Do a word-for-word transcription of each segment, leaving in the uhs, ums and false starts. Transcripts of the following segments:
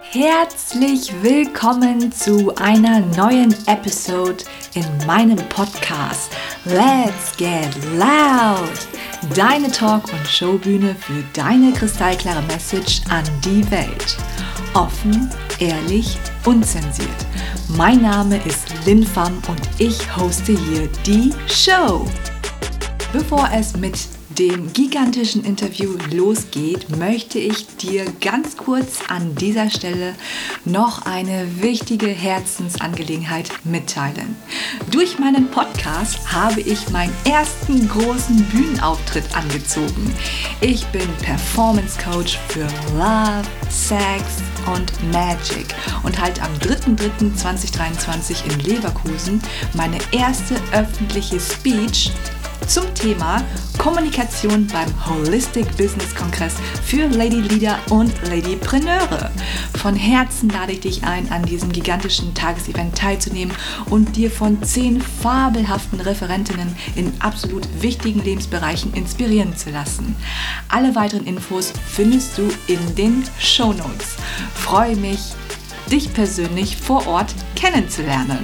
Herzlich willkommen zu einer neuen Episode in meinem Podcast Let's Get Loud! Deine Talk- und Showbühne für deine kristallklare Message an die Welt. Offen, ehrlich, unzensiert. Mein Name ist Lin Pham und ich hoste hier die Show. Bevor es mit dem gigantischen Interview losgeht, möchte ich dir ganz kurz an dieser Stelle noch eine wichtige Herzensangelegenheit mitteilen. Durch meinen Podcast habe ich meinen ersten großen Bühnenauftritt angezogen. Ich bin Performance Coach für Love, Sex und Magic und halte am dritter dritter zweitausenddreiundzwanzig in Leverkusen meine erste öffentliche Speech zum Thema Kommunikation beim Holistic Business Kongress für Lady Leader und Ladypreneure. Von Herzen lade ich dich ein, an diesem gigantischen Tagesevent teilzunehmen und dir von zehn fabelhaften Referentinnen in absolut wichtigen Lebensbereichen inspirieren zu lassen. Alle weiteren Infos findest du in den Shownotes. Freue mich, dich persönlich vor Ort kennenzulernen.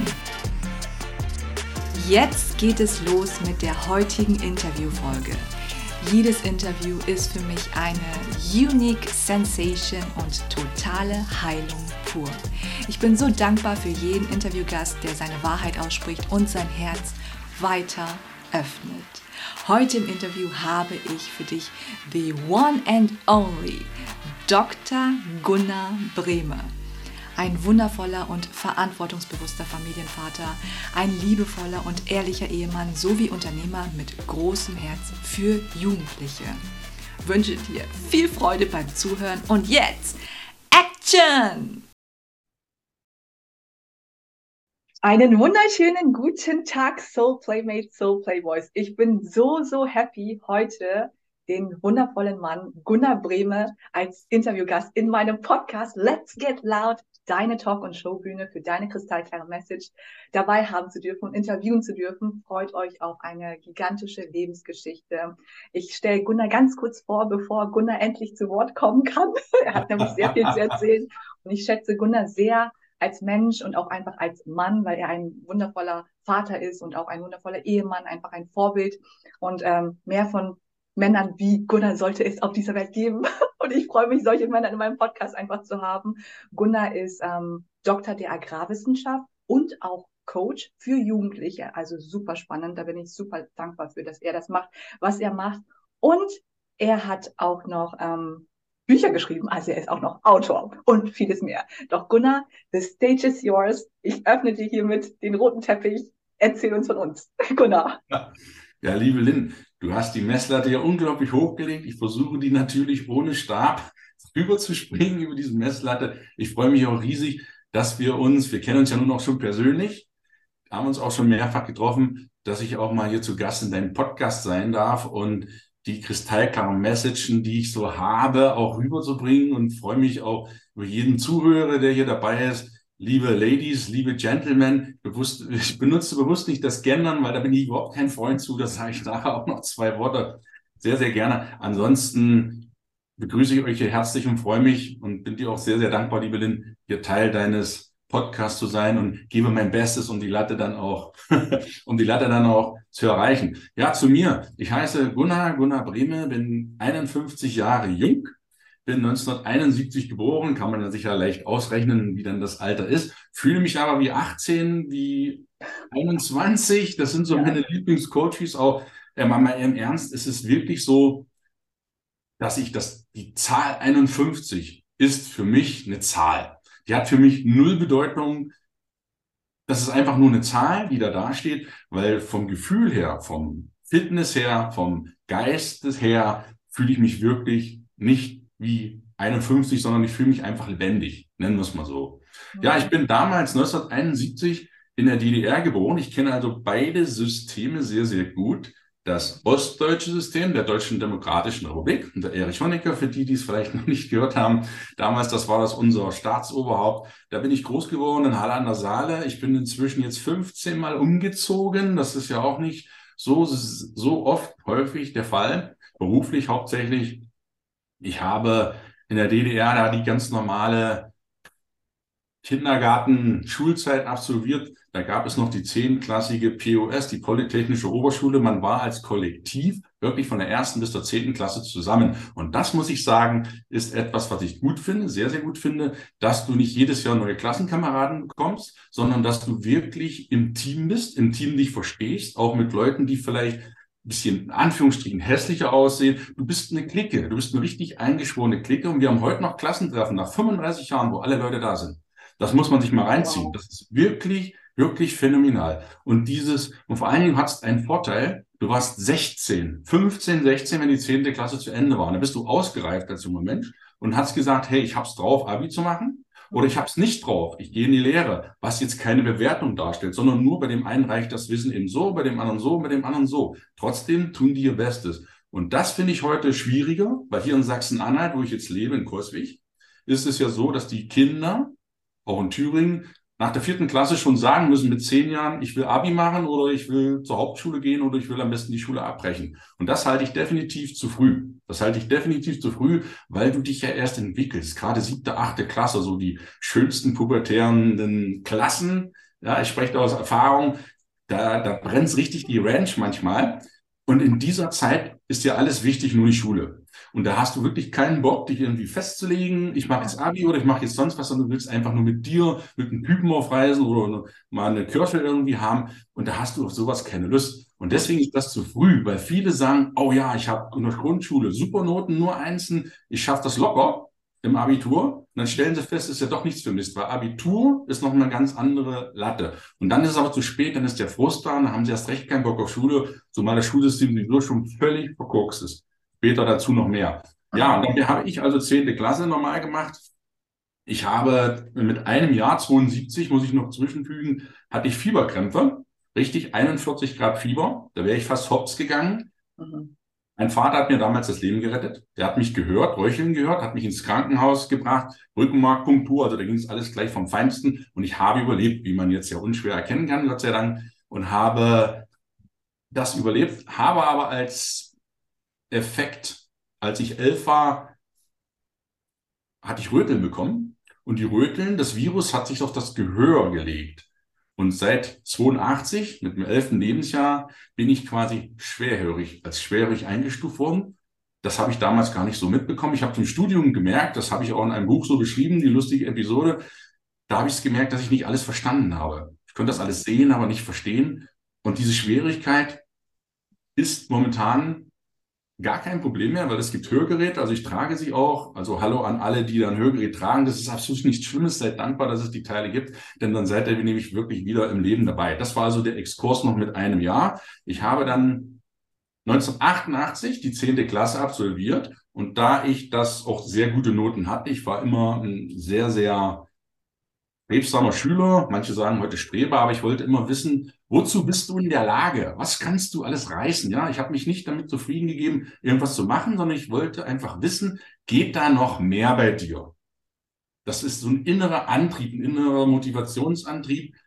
Jetzt geht es los mit der heutigen Interviewfolge. Jedes Interview ist für mich eine unique Sensation und totale Heilung pur. Ich bin so dankbar für jeden Interviewgast, der seine Wahrheit ausspricht und sein Herz weiter öffnet. Heute im Interview habe ich für dich the one and only Doktor Gunnar Brehme. Ein wundervoller und verantwortungsbewusster Familienvater, ein liebevoller und ehrlicher Ehemann sowie Unternehmer mit großem Herz für Jugendliche. Ich wünsche dir viel Freude beim Zuhören und jetzt Action! Einen wunderschönen guten Tag, Soul Playmates, Soul Playboys. Ich bin so, so happy, heute den wundervollen Mann Gunnar Brehme als Interviewgast in meinem Podcast Let's Get Loud, deine Talk- und Showbühne für deine kristallklare Message dabei haben zu dürfen und interviewen zu dürfen. Freut euch auf eine gigantische Lebensgeschichte. Ich stelle Gunnar ganz kurz vor, bevor Gunnar endlich zu Wort kommen kann. Er hat nämlich sehr viel zu erzählen und ich schätze Gunnar sehr als Mensch und auch einfach als Mann, weil er ein wundervoller Vater ist und auch ein wundervoller Ehemann, einfach ein Vorbild und ähm, mehr von Männern wie Gunnar sollte es auf dieser Welt geben. Und ich freue mich, solche Männer in meinem Podcast einfach zu haben. Gunnar ist ähm, Doktor der Agrarwissenschaft und auch Coach für Jugendliche. Also super spannend. Da bin ich super dankbar für, dass er das macht, was er macht. Und er hat auch noch ähm, Bücher geschrieben. Also er ist auch noch Autor und vieles mehr. Doch Gunnar, the stage is yours. Ich öffne dir hiermit den roten Teppich. Erzähl uns von uns. Gunnar. Ja. Ja, liebe Lynn, du hast die Messlatte ja unglaublich hochgelegt. Ich versuche die natürlich ohne Stab rüber zu springen über diese Messlatte. Ich freue mich auch riesig, dass wir uns, wir kennen uns ja nun auch schon persönlich, haben uns auch schon mehrfach getroffen, dass ich auch mal hier zu Gast in deinem Podcast sein darf und die kristallklaren Messagen, die ich so habe, auch rüberzubringen und freue mich auch über jeden Zuhörer, der hier dabei ist. Liebe Ladies, liebe Gentlemen, bewusst, ich benutze bewusst nicht das Gendern, weil da bin ich überhaupt kein Freund zu. Das sage ich nachher auch noch zwei Worte sehr, sehr gerne. Ansonsten begrüße ich euch hier herzlich und freue mich und bin dir auch sehr, sehr dankbar, liebe Lynn, hier Teil deines Podcasts zu sein und gebe mein Bestes, um die Latte dann auch, um die Latte dann auch zu erreichen. Ja, zu mir. Ich heiße Gunnar, Gunnar Brehme, bin einundfünfzig Jahre jung. Bin neunzehnhunderteinundsiebzig geboren, kann man ja sicher leicht ausrechnen, wie dann das Alter ist. Fühle mich aber wie achtzehn, wie einundzwanzig. Das sind so ja meine Lieblingscoaches. Auch äh, mal im Ernst, es ist wirklich so, dass ich das, die Zahl einundfünfzig ist für mich eine Zahl. Die hat für mich null Bedeutung. Das ist einfach nur eine Zahl, die da dasteht, weil vom Gefühl her, vom Fitness her, vom Geistes her, fühle ich mich wirklich nicht wie einundfünfzig, sondern ich fühle mich einfach lebendig, nennen wir es mal so. Mhm. Ja, ich bin damals neunzehnhunderteinundsiebzig in der D D R geboren. Ich kenne also beide Systeme sehr, sehr gut. Das ostdeutsche System der Deutschen Demokratischen Republik, und der Erich Honecker, für die, die es vielleicht noch nicht gehört haben, damals, das war das unser Staatsoberhaupt. Da bin ich groß geworden in Halle an der Saale. Ich bin inzwischen jetzt fünfzehn Mal umgezogen. Das ist ja auch nicht so, so oft häufig der Fall. Beruflich hauptsächlich. Ich habe in der D D R da die ganz normale Kindergarten, Schulzeit absolviert. Da gab es noch die zehnklassige P O S, die Polytechnische Oberschule. Man war als Kollektiv wirklich von der ersten bis zur zehnten Klasse zusammen. Und das, muss ich sagen, ist etwas, was ich gut finde, sehr, sehr gut finde, dass du nicht jedes Jahr neue Klassenkameraden bekommst, sondern dass du wirklich im Team bist, im Team dich verstehst, auch mit Leuten, die vielleicht ein bisschen in Anführungsstrichen hässlicher aussehen. Du bist eine Clique, du bist eine richtig eingeschworene Clique. Und wir haben heute noch Klassentreffen nach fünfunddreißig Jahren, wo alle Leute da sind. Das muss man sich mal reinziehen. Das ist wirklich, wirklich phänomenal. Und dieses, und vor allen Dingen hat es einen Vorteil, du warst sechzehn, fünfzehn, sechzehn, wenn die zehnte Klasse zu Ende war. Und dann bist du ausgereift als junger Mensch und hast gesagt, hey, ich hab's drauf, Abi zu machen, oder ich hab's nicht drauf, ich gehe in die Lehre, was jetzt keine Bewertung darstellt, sondern nur bei dem einen reicht das Wissen eben so, bei dem anderen so, bei dem anderen so. Trotzdem tun die ihr Bestes. Und das finde ich heute schwieriger, weil hier in Sachsen-Anhalt, wo ich jetzt lebe, in Coswig, ist es ja so, dass die Kinder auch in Thüringen, nach der vierten Klasse schon sagen müssen mit zehn Jahren, ich will Abi machen oder ich will zur Hauptschule gehen oder ich will am besten die Schule abbrechen. Und das halte ich definitiv zu früh. Das halte ich definitiv zu früh, weil du dich ja erst entwickelst. Gerade siebte, achte Klasse, so die schönsten pubertären Klassen. Ja, ich spreche da aus Erfahrung. Da, da brennt's richtig die Ranch manchmal. Und in dieser Zeit ist ja alles wichtig, nur die Schule. Und da hast du wirklich keinen Bock, dich irgendwie festzulegen, ich mache jetzt Abi oder ich mache jetzt sonst was, sondern du willst einfach nur mit dir, mit einem Typen auf Reisen oder mal eine Kirche irgendwie haben. Und da hast du auf sowas keine Lust. Und deswegen ist das zu früh, weil viele sagen, oh ja, ich habe in der Grundschule super Noten, nur Einsen, ich schaffe das locker im Abitur. Und dann stellen sie fest, ist ja doch nichts für Mist, weil Abitur ist noch eine ganz andere Latte. Und dann ist es aber zu spät, dann ist der Frust da, dann haben sie erst recht keinen Bock auf Schule, zumal das Schulsystem sowieso schon völlig verkorkst ist. Später dazu noch mehr. Ja, und dann habe ich also zehnte Klasse normal gemacht. Ich habe mit einem Jahr, zweiundsiebzig, muss ich noch zwischenfügen, hatte ich Fieberkrämpfe. Richtig, einundvierzig Grad Fieber. Da wäre ich fast hops gegangen. Mhm. Mein Vater hat mir damals das Leben gerettet. Der hat mich gehört, röcheln gehört, hat mich ins Krankenhaus gebracht, Rückenmarkpunktur, also da ging es alles gleich vom Feinsten. Und ich habe überlebt, wie man jetzt ja unschwer erkennen kann, Gott sei Dank. Und habe das überlebt, habe aber als Effekt, als ich elf war, hatte ich Röteln bekommen. Und die Röteln, das Virus hat sich auf das Gehör gelegt. Und seit zweiundachtzig, mit dem elften Lebensjahr, bin ich quasi schwerhörig, als schwerhörig eingestuft worden. Das habe ich damals gar nicht so mitbekommen. Ich habe zum Studium gemerkt, das habe ich auch in einem Buch so beschrieben, die lustige Episode, da habe ich es gemerkt, dass ich nicht alles verstanden habe. Ich konnte das alles sehen, aber nicht verstehen. Und diese Schwierigkeit ist momentan gar kein Problem mehr, weil es gibt Hörgeräte, also ich trage sie auch. Also hallo an alle, die da ein Hörgerät tragen. Das ist absolut nichts Schlimmes. Seid dankbar, dass es die Teile gibt, denn dann seid ihr nämlich wirklich wieder im Leben dabei. Das war also der Exkurs noch mit einem Jahr. Ich habe dann neunzehnhundertachtundachtzig die zehnte Klasse absolviert und da ich das auch sehr gute Noten hatte, ich war immer ein sehr, sehr strebsamer Schüler, manche sagen heute Streber, aber ich wollte immer wissen, wozu bist du in der Lage? Was kannst du alles reißen? Ja, ich habe mich nicht damit zufrieden gegeben, irgendwas zu machen, sondern ich wollte einfach wissen, geht da noch mehr bei dir? Das ist so ein innerer Antrieb, ein innerer Motivationsantrieb.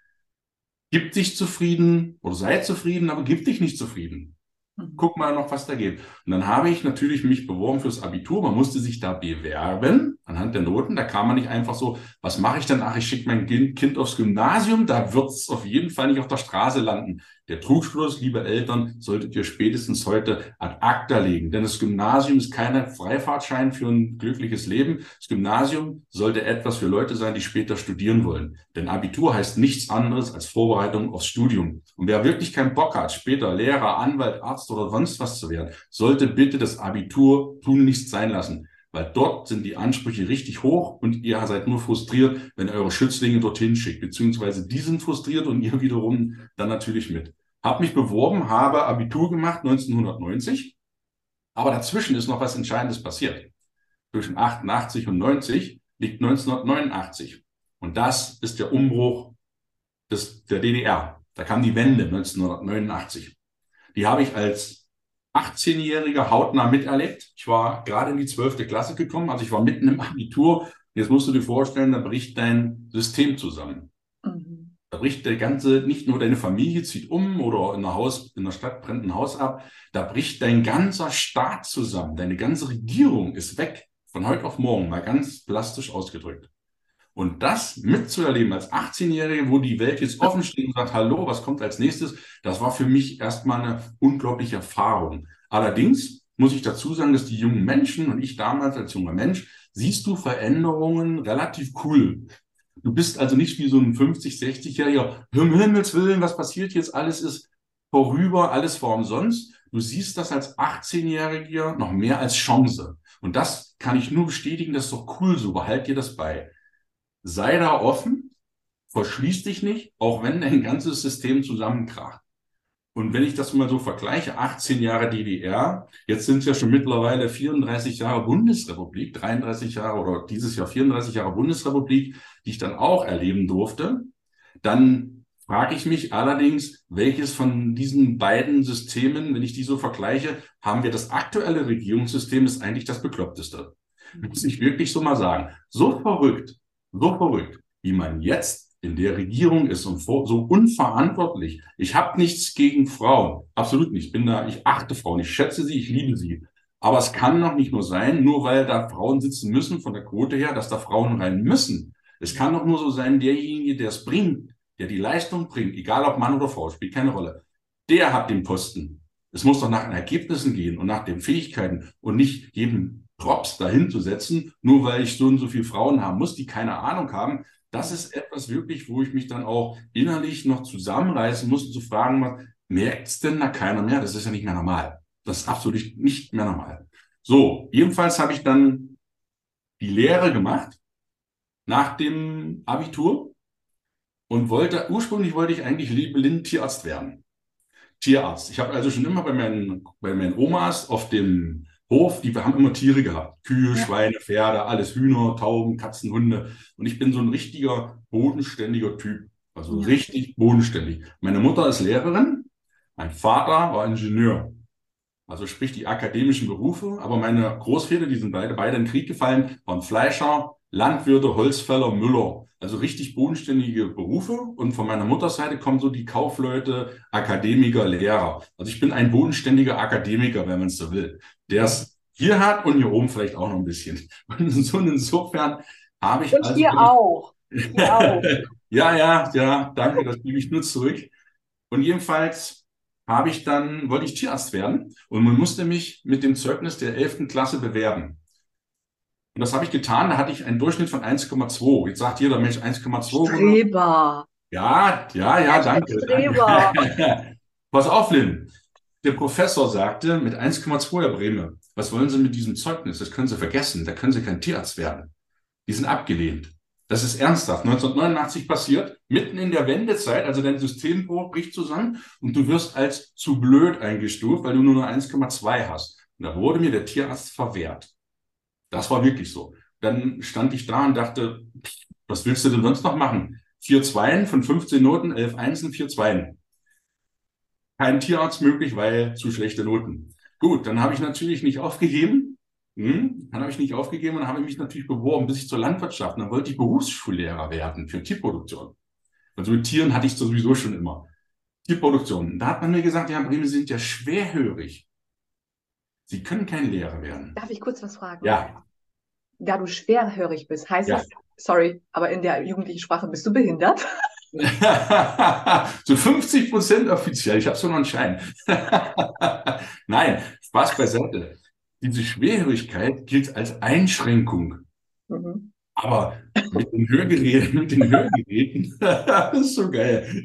Gib dich zufrieden oder sei zufrieden, aber gib dich nicht zufrieden. Guck mal noch, was da geht. Und dann habe ich natürlich mich beworben fürs Abitur. Man musste sich da bewerben anhand der Noten. Da kam man nicht einfach so, was mache ich denn? Ach, ich schicke mein Kind aufs Gymnasium. Da wird es auf jeden Fall nicht auf der Straße landen. Der Trugschluss, liebe Eltern, solltet ihr spätestens heute ad acta legen. Denn das Gymnasium ist kein Freifahrtschein für ein glückliches Leben. Das Gymnasium sollte etwas für Leute sein, die später studieren wollen. Denn Abitur heißt nichts anderes als Vorbereitung aufs Studium. Und wer wirklich keinen Bock hat, später Lehrer, Anwalt, Arzt oder sonst was zu werden, sollte bitte das Abitur tunlichst sein lassen. Weil dort sind die Ansprüche richtig hoch und ihr seid nur frustriert, wenn ihr eure Schützlinge dorthin schickt. Beziehungsweise die sind frustriert und ihr wiederum dann natürlich mit. Hab mich beworben, habe Abitur gemacht neunzehnhundertneunzig. Aber dazwischen ist noch was Entscheidendes passiert. Zwischen achtundachtzig und neunzig liegt neunzehnhundertneunundachtzig. Und das ist der Umbruch des, der D D R. Da kam die Wende neunzehnhundertneunundachtzig. Die habe ich als achtzehnjähriger hautnah miterlebt. Ich war gerade in die zwölfte Klasse gekommen, also ich war mitten im Abitur. Jetzt musst du dir vorstellen, da bricht dein System zusammen. Mhm. Da bricht der ganze, nicht nur deine Familie zieht um oder in der, Haus, in der Stadt brennt ein Haus ab, da bricht dein ganzer Staat zusammen. Deine ganze Regierung ist weg, von heute auf morgen, mal ganz plastisch ausgedrückt. Und das mitzuerleben als achtzehnjährige, wo die Welt jetzt offen steht und sagt, hallo, was kommt als nächstes, das war für mich erstmal eine unglaubliche Erfahrung. Allerdings muss ich dazu sagen, dass die jungen Menschen und ich damals als junger Mensch, siehst du Veränderungen relativ cool. Du bist also nicht wie so ein fünfzig-, sechzigjähriger, um Himmels Willen, was passiert jetzt, alles ist vorüber, alles war umsonst. Du siehst das als achtzehnjähriger noch mehr als Chance. Und das kann ich nur bestätigen, das ist doch cool so, behalt dir das bei. Sei da offen, verschließ dich nicht, auch wenn dein ganzes System zusammenkracht. Und wenn ich das mal so vergleiche, achtzehn Jahre D D R, jetzt sind es ja schon mittlerweile vierunddreißig Jahre Bundesrepublik, dreiunddreißig Jahre oder dieses Jahr vierunddreißig Jahre Bundesrepublik, die ich dann auch erleben durfte, dann frage ich mich allerdings, welches von diesen beiden Systemen, wenn ich die so vergleiche, haben wir das aktuelle Regierungssystem, ist eigentlich das bekloppteste. Muss ich wirklich so mal sagen. So verrückt, so verrückt, wie man jetzt in der Regierung ist und so unverantwortlich. Ich habe nichts gegen Frauen, absolut nicht. Ich bin da, ich achte Frauen, ich schätze sie, ich liebe sie. Aber es kann doch nicht nur sein, nur weil da Frauen sitzen müssen von der Quote her, dass da Frauen rein müssen. Es kann doch nur so sein, derjenige, der es bringt, der die Leistung bringt, egal ob Mann oder Frau, spielt keine Rolle, der hat den Posten. Es muss doch nach den Ergebnissen gehen und nach den Fähigkeiten und nicht jedem Props dahin zu setzen, nur weil ich so und so viele Frauen haben muss, die keine Ahnung haben. Das ist etwas wirklich, wo ich mich dann auch innerlich noch zusammenreißen muss, und zu fragen, merkt es denn da keiner mehr? Das ist ja nicht mehr normal. Das ist absolut nicht mehr normal. So, jedenfalls habe ich dann die Lehre gemacht nach dem Abitur und wollte, ursprünglich wollte ich eigentlich liebe Lynn Tierarzt werden. Tierarzt. Ich habe also schon immer bei meinen, bei meinen Omas auf dem Hof, die wir haben immer Tiere gehabt. Kühe, ja. Schweine, Pferde, alles Hühner, Tauben, Katzen, Hunde. Und ich bin so ein richtiger, bodenständiger Typ. Also ja. richtig bodenständig. Meine Mutter ist Lehrerin, mein Vater war Ingenieur. Also sprich die akademischen Berufe. Aber meine Großväter, die sind beide, beide in den Krieg gefallen, waren Fleischer, Landwirte, Holzfäller, Müller. Also richtig bodenständige Berufe. Und von meiner Mutterseite kommen so die Kaufleute, Akademiker, Lehrer. Also ich bin ein bodenständiger Akademiker, wenn man es so will, der es hier hat und hier oben vielleicht auch noch ein bisschen. Und so insofern habe ich... Und also hier auch. Hier auch. ja, ja, ja, danke, das gebe ich nur zurück. Und jedenfalls habe ich dann, wollte ich Tierarzt werden und man musste mich mit dem Zeugnis der elften Klasse bewerben. Und das habe ich getan, da hatte ich einen Durchschnitt von eins Komma zwei. Jetzt sagt jeder Mensch eins Komma zwei. Streber. Ja, ja, ja, danke. Streber. danke. Pass auf, Lynn. Der Professor sagte, mit eins Komma zwei, Herr Brehme, was wollen Sie mit diesem Zeugnis? Das können Sie vergessen, da können Sie kein Tierarzt werden. Die sind abgelehnt. Das ist ernsthaft. neunzehnhundertneunundachtzig passiert, mitten in der Wendezeit, also dein System bricht zusammen und du wirst als zu blöd eingestuft, weil du nur noch eins Komma zwei hast. Und da wurde mir der Tierarzt verwehrt. Das war wirklich so. Dann stand ich da und dachte, was willst du denn sonst noch machen? Vier Zweien von fünfzehn Noten, elf Einsen, vier Zweien. Kein Tierarzt möglich, weil zu schlechte Noten. Gut, dann habe ich natürlich nicht aufgegeben. Hm, dann habe ich nicht aufgegeben und habe mich natürlich beworben, bis ich zur Landwirtschaft. Und dann wollte ich Berufsschullehrer werden für Tierproduktion. Also mit Tieren hatte ich sowieso schon immer. Tierproduktion. Und da hat man mir gesagt, ja, Brehme, Sie sind ja schwerhörig. Sie können kein Lehrer werden. Darf ich kurz was fragen? Ja. Da du schwerhörig bist, heißt ja. das, sorry, aber in der jugendlichen Sprache bist du behindert? So fünfzig Prozent offiziell. Ich habe so noch einen Schein. Nein, Spaß beiseite. Diese Schwerhörigkeit gilt als Einschränkung. Mhm. Aber mit den Hörgeräten, mit den Hörgeräten, das ist so geil.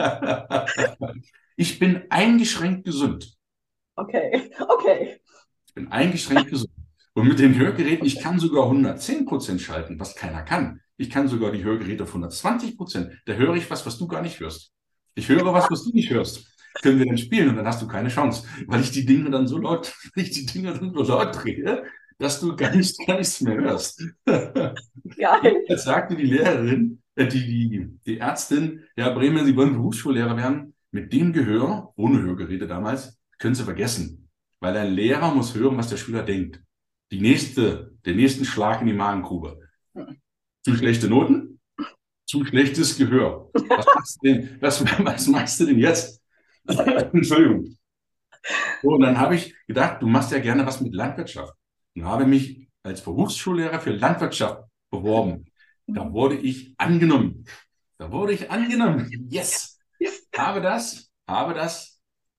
Ich bin eingeschränkt gesund. Okay, okay. Ich bin eingeschränkt gesund. Und mit den Hörgeräten, ich kann sogar hundertzehn Prozent schalten, was keiner kann. Ich kann sogar die Hörgeräte auf hundertzwanzig Prozent. Da höre ich was, was du gar nicht hörst. Ich höre was, was du nicht hörst. Können wir dann spielen und dann hast du keine Chance, weil ich die Dinge dann so laut, weil ich die Dinge dann so laut drehe, dass du gar, nicht, gar nichts mehr hörst. Geil. Jetzt sagte die Lehrerin, äh, die, die, die Ärztin, ja, Brehme, Sie wollen Berufsschullehrer werden. Mit dem Gehör, ohne Hörgeräte damals, können Sie vergessen. Weil ein Lehrer muss hören, was der Schüler denkt. Die nächste, den nächsten Schlag in die Magengrube. Zu schlechte Noten, zu schlechtes Gehör. Was machst du denn, was, was machst du denn jetzt? Entschuldigung. So, und dann habe ich gedacht, du machst ja gerne was mit Landwirtschaft. Und habe mich als Berufsschullehrer für Landwirtschaft beworben. Da wurde ich angenommen. Da wurde ich angenommen. Yes! Habe das, habe das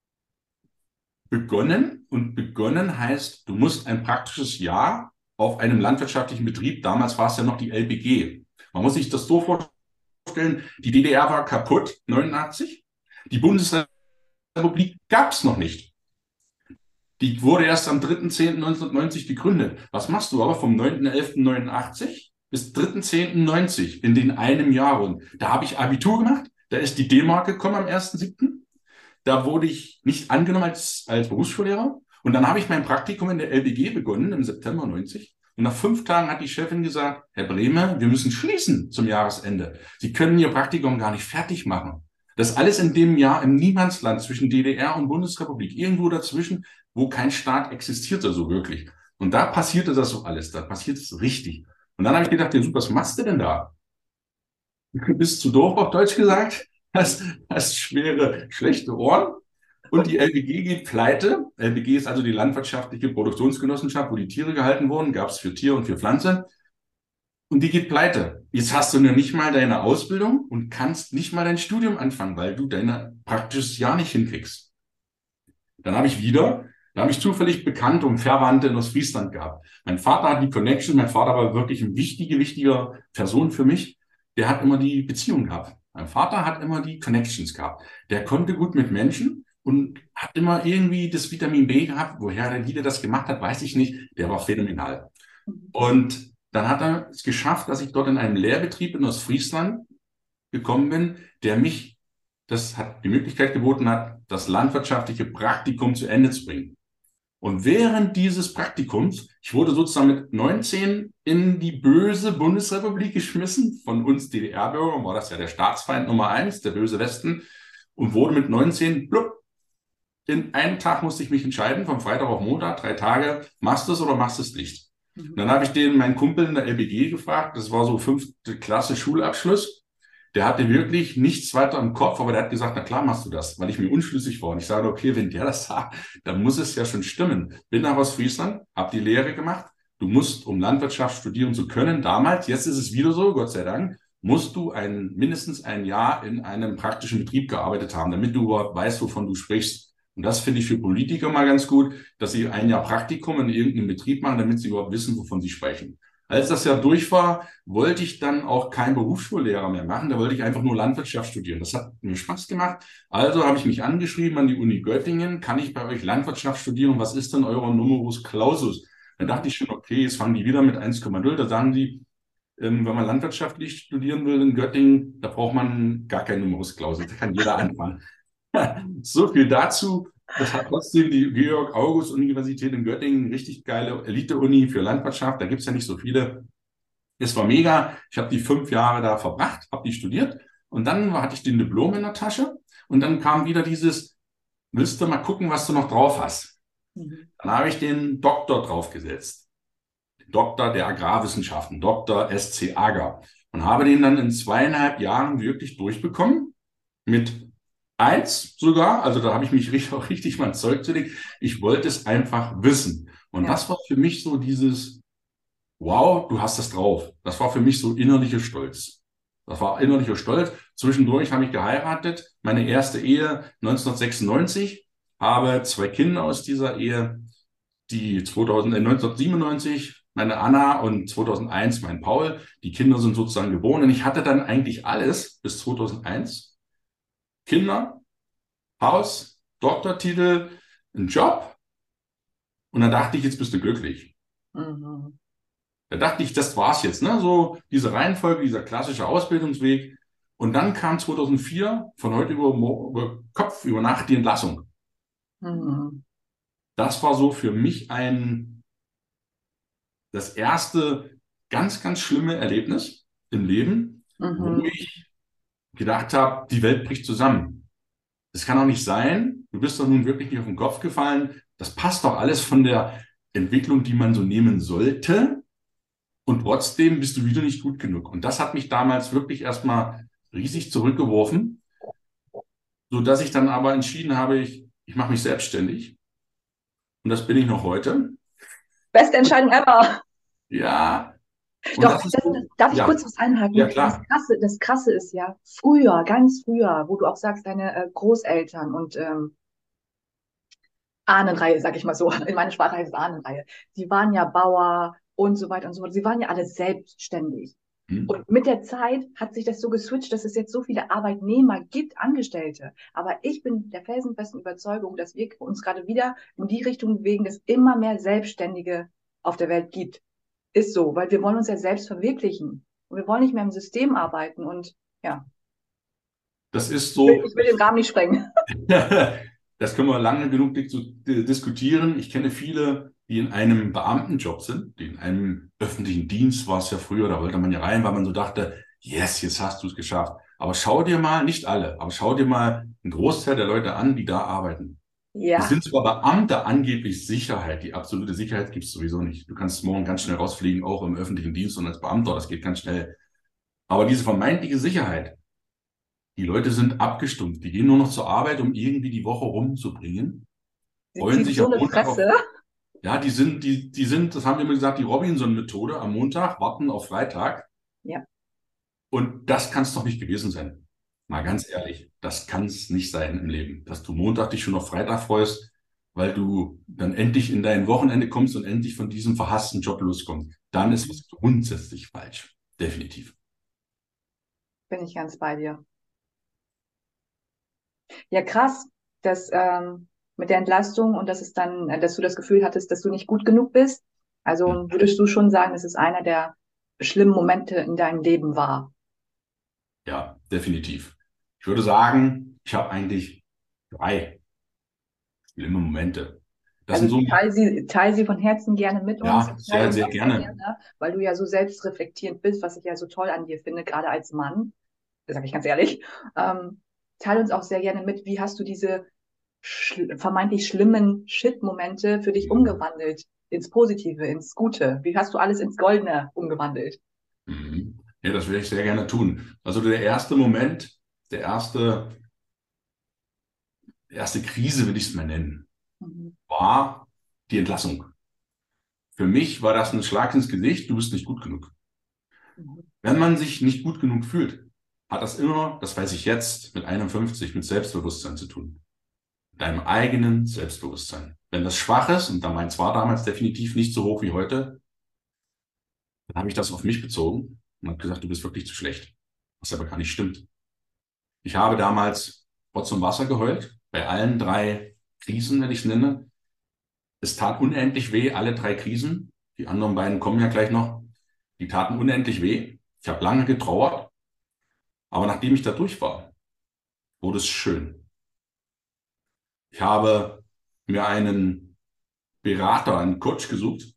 begonnen. Und begonnen heißt, du musst ein praktisches Jahr auf einem landwirtschaftlichen Betrieb, damals war es ja noch die L B G. Man muss sich das so vorstellen, die D D R war kaputt, neunundachtzig. Die Bundesrepublik gab es noch nicht. Die wurde erst am dritter zehnter neunzehnhundertneunzig gegründet. Was machst du aber vom neunter elfter neunundachtzig bis dritter zehnter neunzig in den einem Jahr? Und da habe ich Abitur gemacht, da ist die D-Mark gekommen am erster siebter Da wurde ich nicht angenommen als, als Berufsschullehrer. Und dann habe ich mein Praktikum in der L B G begonnen im September neunzig. Und nach fünf Tagen hat die Chefin gesagt, Herr Brehme, wir müssen schließen zum Jahresende. Sie können Ihr Praktikum gar nicht fertig machen. Das alles in dem Jahr im Niemandsland zwischen D D R und Bundesrepublik, irgendwo dazwischen, wo kein Staat existierte so wirklich. Und da passierte das so alles, da passiert es richtig. Und dann habe ich gedacht, ja super, was machst du denn da? Du bist zu doof, auf Deutsch gesagt, hast, hast schwere, schlechte Ohren. Und die L B G geht pleite. L B G ist also die landwirtschaftliche Produktionsgenossenschaft, wo die Tiere gehalten wurden, gab es für Tier und für Pflanze. Und die geht pleite. Jetzt hast du nur nicht mal deine Ausbildung und kannst nicht mal dein Studium anfangen, weil du dein praktisches Jahr nicht hinkriegst. Dann habe ich wieder, da habe ich zufällig Bekannte und Verwandte in Ostfriesland gehabt. Mein Vater hat die Connection, mein Vater war wirklich eine wichtige, wichtige Person für mich. Der hat immer die Beziehung gehabt. Mein Vater hat immer die Connections gehabt. Der konnte gut mit Menschen und hat immer irgendwie das Vitamin B gehabt. Woher der wieder das gemacht hat, weiß ich nicht. Der war phänomenal. Und dann hat er es geschafft, dass ich dort in einem Lehrbetrieb in Ostfriesland gekommen bin, der mich, das hat die Möglichkeit geboten hat, das landwirtschaftliche Praktikum zu Ende zu bringen. Und während dieses Praktikums, ich wurde sozusagen mit neunzehn in die böse Bundesrepublik geschmissen, von uns D D R-Bürgern war das ja der Staatsfeind Nummer eins, der böse Westen, und wurde mit neunzehn, blub, in einem Tag musste ich mich entscheiden, vom Freitag auf Montag, drei Tage, machst du es oder machst du es nicht? Mhm. Und dann habe ich den, meinen Kumpel in der L B G gefragt, das war so fünfte Klasse Schulabschluss, der hatte wirklich nichts weiter im Kopf, aber der hat gesagt, na klar machst du das, weil ich mir unschlüssig war. Und ich sage, okay, wenn der das sagt, dann muss es ja schon stimmen. Bin nach Ostfriesland, habe die Lehre gemacht. Du musst, um Landwirtschaft studieren zu können, damals, jetzt ist es wieder so, Gott sei Dank, musst du ein, mindestens ein Jahr in einem praktischen Betrieb gearbeitet haben, damit du überhaupt weißt, wovon du sprichst. Und das finde ich für Politiker mal ganz gut, dass sie ein Jahr Praktikum in irgendeinem Betrieb machen, damit sie überhaupt wissen, wovon sie sprechen. Als das Jahr durch war, wollte ich dann auch keinen Berufsschullehrer mehr machen. Da wollte ich einfach nur Landwirtschaft studieren. Das hat mir Spaß gemacht. Also habe ich mich angeschrieben an die Uni Göttingen. Kann ich bei euch Landwirtschaft studieren? Was ist denn euer Numerus Clausus? Dann dachte ich schon, okay, jetzt fangen die wieder mit eins Komma null. Da sagen die, ähm, wenn man landwirtschaftlich studieren will in Göttingen, da braucht man gar keinen Numerus Clausus. Da kann jeder anfangen. So viel dazu. Das hat trotzdem die Georg-August-Universität in Göttingen, eine richtig geile Elite-Uni für Landwirtschaft. Da gibt es ja nicht so viele. Es war mega. Ich habe die fünf Jahre da verbracht, habe die studiert. Und dann hatte ich den Diplom in der Tasche. Und dann kam wieder dieses, willst du mal gucken, was du noch drauf hast? Mhm. Dann habe ich den Doktor draufgesetzt. Doktor der Agrarwissenschaften, Doktor S C Ager. Und habe den dann in zweieinhalb Jahren wirklich durchbekommen. Mit Eins sogar, also da habe ich mich richtig, auch richtig mein Zeug zulegt. Ich wollte es einfach wissen. Und ja. Das war für mich so dieses, wow, du hast das drauf. Das war für mich so innerlicher Stolz. Das war innerlicher Stolz. Zwischendurch habe ich geheiratet. Meine erste Ehe neunzehnhundertsechsundneunzig. Habe zwei Kinder aus dieser Ehe. Die zweitausend, äh, neunzehnhundertsiebenundneunzig, meine Anna, und zweitausendeins mein Paul. Die Kinder sind sozusagen geboren. Und ich hatte dann eigentlich alles bis zweitausendeins. Kinder, Haus, Doktortitel, einen Job. Und dann dachte ich, jetzt bist du glücklich. Mhm. Da dachte ich, das war's jetzt, ne? So diese Reihenfolge, dieser klassische Ausbildungsweg. Und dann kam zweitausendvier von heute über, über Kopf, über Nacht die Entlassung. Mhm. Das war so für mich ein, das erste ganz, ganz schlimme Erlebnis im Leben, mhm. wo ich gedacht habe, die Welt bricht zusammen. Das kann doch nicht sein. Du bist doch nun wirklich nicht auf den Kopf gefallen. Das passt doch alles von der Entwicklung, die man so nehmen sollte. Und trotzdem bist du wieder nicht gut genug. Und das hat mich damals wirklich erstmal riesig zurückgeworfen, sodass ich dann aber entschieden habe, ich, ich mache mich selbstständig. Und das bin ich noch heute. Beste Entscheidung ever. Ja, Und Doch, das ist das, so, darf ich ja, kurz was ja einhaken? Das klar. Krasse, das Krasse ist ja, früher, ganz früher, wo du auch sagst, deine äh, Großeltern und ähm, Ahnenreihe, sag ich mal so, in meiner Sprache heißt es Ahnenreihe, die waren ja Bauer und so weiter und so fort. Sie waren ja alle selbstständig. Hm? Und mit der Zeit hat sich das so geswitcht, dass es jetzt so viele Arbeitnehmer gibt, Angestellte. Aber ich bin der felsenfesten Überzeugung, dass wir uns gerade wieder in die Richtung bewegen, dass immer mehr Selbstständige auf der Welt gibt. Ist so, weil wir wollen uns ja selbst verwirklichen. Und wir wollen nicht mehr im System arbeiten. Und ja, Das ist ich will, so, ich will den Rahmen nicht sprengen. das können wir lange genug dis- diskutieren. Ich kenne viele, die in einem Beamtenjob sind, die in einem öffentlichen Dienst war es ja früher, da wollte man ja rein, weil man so dachte, yes, jetzt hast du es geschafft. Aber schau dir mal, nicht alle, aber schau dir mal einen Großteil der Leute an, die da arbeiten. Das Ja, sind zwar Beamte, angeblich Sicherheit, die absolute Sicherheit gibt es sowieso nicht. Du kannst morgen ganz schnell rausfliegen, auch im öffentlichen Dienst und als Beamter, das geht ganz schnell. Aber diese vermeintliche Sicherheit, die Leute sind abgestumpft. Die gehen nur noch zur Arbeit, um irgendwie die Woche rumzubringen. sie Freuen ziehen sich so am eine Montag auf, Fresse. ja, die sind, die, die sind, das haben wir immer gesagt, die Robinson-Methode am Montag, warten auf Freitag. Ja. Und das kann es doch nicht gewesen sein. Mal ganz ehrlich, das kann es nicht sein im Leben, dass du Montag dich schon auf Freitag freust, weil du dann endlich in dein Wochenende kommst und endlich von diesem verhassten Job loskommst. Dann ist was grundsätzlich falsch. Definitiv. Bin ich ganz bei dir. Ja, krass, dass ähm, mit der Entlastung und dass es dann, äh, dass du das Gefühl hattest, dass du nicht gut genug bist. Also Ja, würdest du schon sagen, dass es einer der schlimmen Momente in deinem Leben war? ja, definitiv. Ich würde sagen, ich habe eigentlich drei schlimme Momente. Das Also sind so, teil sie, teil sie von Herzen gerne mit uns. ja, Teil sehr, uns sehr auch sehr gerne. gerne, weil du ja so selbstreflektierend bist, was ich ja so toll an dir finde, gerade als Mann, sage ich ganz ehrlich. Ähm, teil uns auch sehr gerne mit, wie hast du diese schl vermeintlich schlimmen Shit-Momente für dich Mhm. umgewandelt ins Positive, ins Gute? Wie hast du alles ins Goldene umgewandelt? Mhm. Ja, das würde ich sehr gerne tun. Also der erste Moment, der erste, erste Krise, will ich es mal nennen, Mhm. war die Entlassung. Für mich war das ein Schlag ins Gesicht, du bist nicht gut genug. Mhm. Wenn man sich nicht gut genug fühlt, hat das immer, das weiß ich jetzt, mit einundfünfzig, mit Selbstbewusstsein zu tun. Mit deinem eigenen Selbstbewusstsein. Wenn das schwach ist, und da meins war damals definitiv nicht so hoch wie heute, dann habe ich das auf mich bezogen und habe gesagt, du bist wirklich zu schlecht. Was aber gar nicht stimmt. Ich habe damals Rotz und Wasser geheult, bei allen drei Krisen, wenn ich es nenne. Es tat unendlich weh, alle drei Krisen. Die anderen beiden kommen ja gleich noch. Die taten unendlich weh. Ich habe lange getrauert, aber nachdem ich da durch war, wurde es schön. Ich habe mir einen Berater, einen Coach gesucht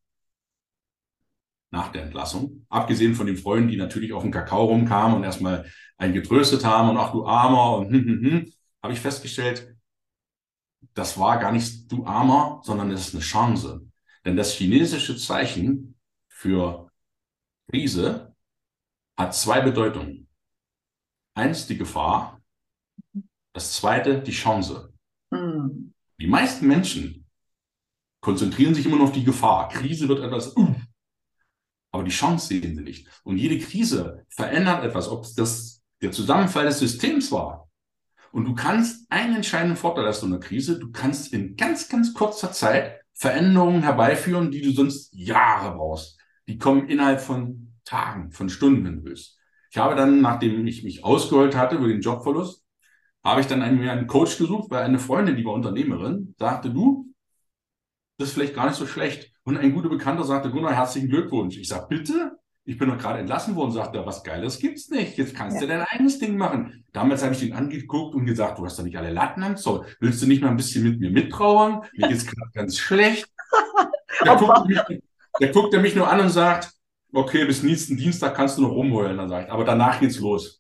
nach der Entlassung. Abgesehen von den Freunden, die natürlich auf den Kakao rumkamen und erstmal einen getröstet haben und ach du Armer und hm, hm, hm, habe ich festgestellt, das war gar nicht du Armer, sondern es ist eine Chance. Denn das chinesische Zeichen für Krise hat zwei Bedeutungen. Eins, die Gefahr. Das zweite, die Chance. Mhm. Die meisten Menschen konzentrieren sich immer nur auf die Gefahr. Krise wird etwas, uh, aber die Chance sehen sie nicht. Und jede Krise verändert etwas, ob es das, der Zusammenfall des Systems war. Und du kannst einen entscheidenden Vorteil aus so einer Krise, du kannst in ganz, ganz kurzer Zeit Veränderungen herbeiführen, die du sonst Jahre brauchst. Die kommen innerhalb von Tagen, von Stunden, wenn du willst. Ich habe dann, nachdem ich mich ausgeheult hatte über den Jobverlust, habe ich dann einen, mir einen Coach gesucht, weil eine Freundin, die war Unternehmerin, sagte, du, das ist vielleicht gar nicht so schlecht. Und ein guter Bekannter sagte, Gunnar, herzlichen Glückwunsch. Ich sage, bitte? Ich bin doch gerade entlassen worden. Sagt er, was Geiles gibt's nicht. Jetzt kannst du Ja. dein eigenes Ding machen. Damals habe ich ihn angeguckt und gesagt, du hast doch nicht alle Latten am Zaun. Willst du nicht mal ein bisschen mit mir mittrauern? Mir geht's gerade ganz schlecht. Der guckt, Opfer. mich, der guckt er mich nur an und sagt, okay, bis nächsten Dienstag kannst du noch rumheulen. Dann sage ich, aber danach geht's los.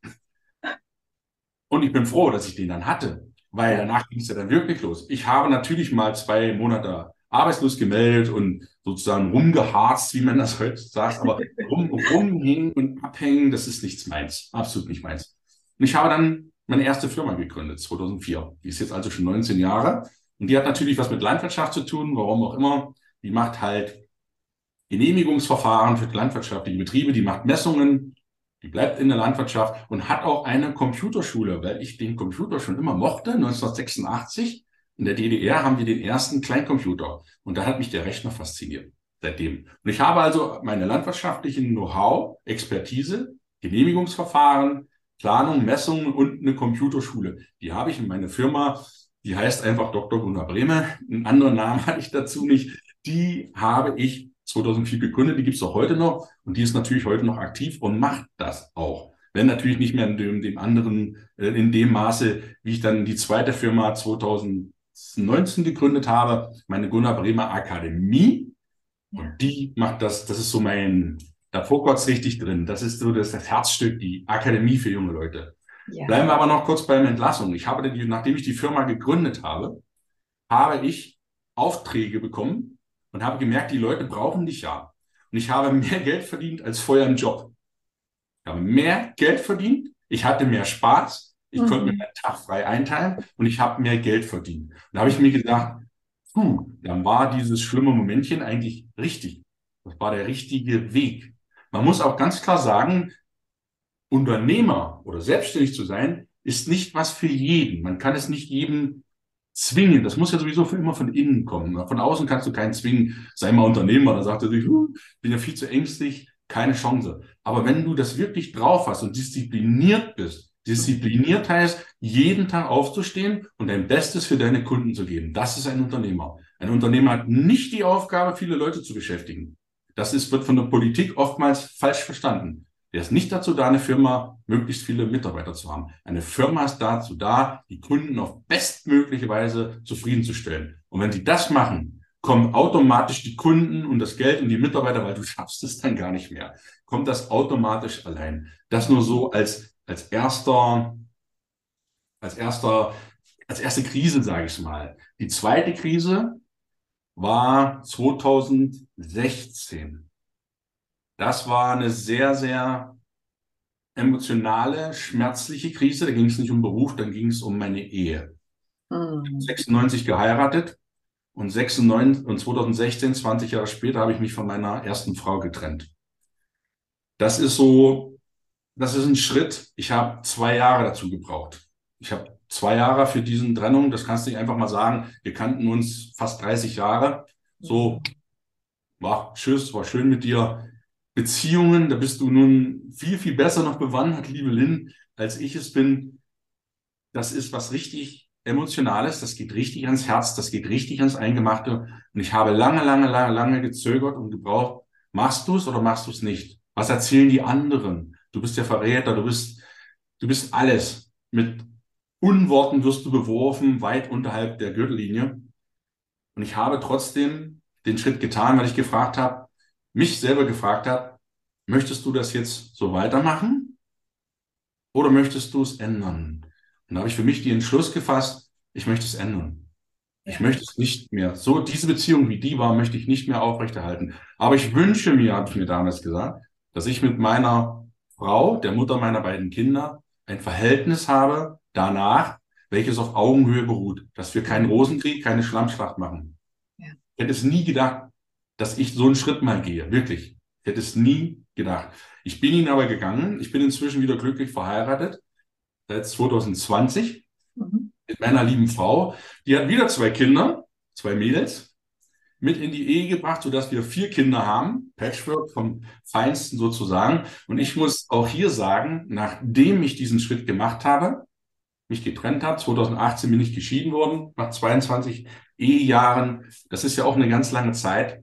Und ich bin froh, dass ich den dann hatte, weil Ja. danach ging es ja dann wirklich los. Ich habe natürlich mal zwei Monate arbeitslos gemeldet und sozusagen rumgeharzt, wie man das heute sagt, aber rum, rumhängen und abhängen, das ist nichts meins, absolut nicht meins. Und ich habe dann meine erste Firma gegründet, zweitausendvier. Die ist jetzt also schon neunzehn Jahre und die hat natürlich was mit Landwirtschaft zu tun, warum auch immer. Die macht halt Genehmigungsverfahren für landwirtschaftliche Betriebe, die macht Messungen, die bleibt in der Landwirtschaft und hat auch eine Computerschule, weil ich den Computer schon immer mochte. neunzehnhundertsechsundachtzig in der D D R haben wir den ersten Kleincomputer und da hat mich der Rechner fasziniert seitdem. Und ich habe also meine landwirtschaftlichen Know-how, Expertise, Genehmigungsverfahren, Planung, Messungen und eine Computerschule. Die habe ich in meiner Firma, die heißt einfach Doktor Gunnar Brehme, einen anderen Namen hatte ich dazu nicht. Die habe ich zweitausendvier gegründet, die gibt es auch heute noch und die ist natürlich heute noch aktiv und macht das auch. Wenn natürlich nicht mehr in dem, dem anderen, äh, in dem Maße, wie ich dann die zweite Firma zweitausendneunzehn gegründet habe, meine Gunnar Brehme Akademie. Und die macht das, das ist so mein, da pokert es richtig drin. Das ist so das, das Herzstück, die Akademie für junge Leute. Ja. Bleiben wir aber noch kurz beim Entlassung. Ich habe, die, nachdem ich die Firma gegründet habe, habe ich Aufträge bekommen und habe gemerkt, die Leute brauchen dich ja. Und ich habe mehr Geld verdient als vorher im Job. Ich habe mehr Geld verdient, ich hatte mehr Spaß, ich mhm. konnte mir meinen Tag frei einteilen und ich habe mehr Geld verdient. Und da habe ich mir gedacht, puh, dann war dieses schlimme Momentchen eigentlich richtig. Das war der richtige Weg. Man muss auch ganz klar sagen, Unternehmer oder selbstständig zu sein, ist nicht was für jeden. Man kann es nicht jedem zwingen. Das muss ja sowieso immer von innen kommen. Von außen kannst du keinen zwingen. Sei mal Unternehmer. Da sagt er sich, ich bin ja viel zu ängstlich, keine Chance. Aber wenn du das wirklich drauf hast und diszipliniert bist, diszipliniert heißt, jeden Tag aufzustehen und dein Bestes für deine Kunden zu geben. Das ist ein Unternehmer. Ein Unternehmer hat nicht die Aufgabe, viele Leute zu beschäftigen. Das ist, wird von der Politik oftmals falsch verstanden. Der ist nicht dazu da, eine Firma möglichst viele Mitarbeiter zu haben. Eine Firma ist dazu da, die Kunden auf bestmögliche Weise zufriedenzustellen. Und wenn sie das machen, kommen automatisch die Kunden und das Geld und die Mitarbeiter, weil du schaffst es dann gar nicht mehr. Kommt das automatisch allein. Das nur so als als erster, als erster, als erste Krise, sage ich mal. Die zweite Krise war zweitausendsechzehn. Das war eine sehr, sehr emotionale, schmerzliche Krise. Da ging es nicht um Beruf, dann ging es um meine Ehe. Mhm. sechsundneunzig geheiratet und, sechsundneunzig, und zweitausendsechzehn, zwanzig Jahre später, habe ich mich von meiner ersten Frau getrennt. Das ist so, das ist ein Schritt. Ich habe zwei Jahre dazu gebraucht. Ich habe zwei Jahre für diesen Trennung, das kannst du nicht einfach mal sagen. Wir kannten uns fast dreißig Jahre. So, war tschüss, war schön mit dir. Beziehungen, da bist du nun viel, viel besser noch bewandert, liebe Lynn, als ich es bin. Das ist was richtig Emotionales, das geht richtig ans Herz, das geht richtig ans Eingemachte. Und ich habe lange, lange, lange, lange gezögert und gebraucht. Machst du es oder machst du es nicht? Was erzählen die anderen? Du bist der Verräter, du bist, du bist alles. Mit Unworten wirst du beworfen, weit unterhalb der Gürtellinie. Und ich habe trotzdem den Schritt getan, weil ich gefragt habe, mich selber gefragt habe, möchtest du das jetzt so weitermachen oder möchtest du es ändern? Und da habe ich für mich den Entschluss gefasst, ich möchte es ändern. Ja. Ich möchte es nicht mehr. So, diese Beziehung, wie die war, möchte ich nicht mehr aufrechterhalten. Aber ich wünsche mir, habe ich mir damals gesagt, dass ich mit meiner Frau, der Mutter meiner beiden Kinder, ein Verhältnis habe danach, welches auf Augenhöhe beruht, dass wir keinen Rosenkrieg, keine Schlammschlacht machen. Ja. Ich hätte es nie gedacht, dass ich so einen Schritt mal gehe, wirklich. Ich hätte es nie gedacht. Ich bin ihn aber gegangen. Ich bin inzwischen wieder glücklich verheiratet, seit zweitausendzwanzig, mhm. mit meiner lieben Frau. Die hat wieder zwei Kinder, zwei Mädels, mit in die Ehe gebracht, sodass wir vier Kinder haben, Patchwork vom Feinsten sozusagen. Und ich muss auch hier sagen, nachdem ich diesen Schritt gemacht habe, mich getrennt habe, zweitausendachtzehn bin ich geschieden worden, nach zweiundzwanzig Ehejahren, das ist ja auch eine ganz lange Zeit,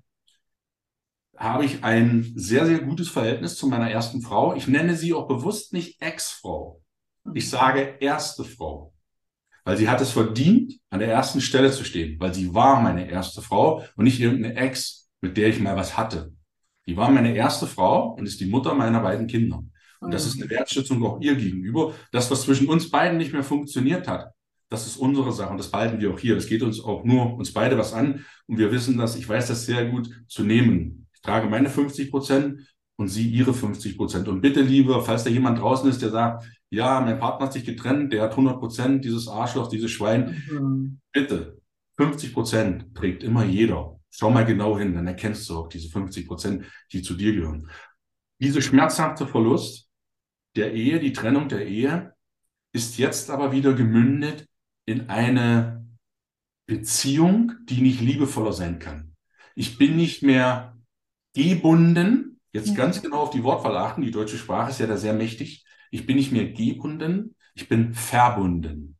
habe ich ein sehr, sehr gutes Verhältnis zu meiner ersten Frau. Ich nenne sie auch bewusst nicht Ex-Frau. Ich sage erste Frau. Weil sie hat es verdient, an der ersten Stelle zu stehen. Weil sie war meine erste Frau und nicht irgendeine Ex, mit der ich mal was hatte. Die war meine erste Frau und ist die Mutter meiner beiden Kinder. Und das ist eine Wertschätzung auch ihr gegenüber. Das, was zwischen uns beiden nicht mehr funktioniert hat, das ist unsere Sache und das behalten wir auch hier. Es geht uns auch nur uns beide was an und wir wissen das, ich weiß das sehr gut zu nehmen. Ich trage meine fünfzig Prozent und sie ihre fünfzig Prozent. Und bitte, liebe, falls da jemand draußen ist, der sagt, ja, mein Partner hat sich getrennt, der hat hundert Prozent, dieses Arschloch, dieses Schwein. Mhm. Bitte, fünfzig Prozent trägt immer jeder. Schau mal genau hin, dann erkennst du auch diese fünfzig Prozent, die zu dir gehören. Diese schmerzhafte Verlust der Ehe, die Trennung der Ehe, ist jetzt aber wieder gemündet in eine Beziehung, die nicht liebevoller sein kann. Ich bin nicht mehr gebunden, jetzt ganz genau auf die Wortwahl achten, die deutsche Sprache ist ja da sehr mächtig. Ich bin nicht mehr gebunden, ich bin verbunden.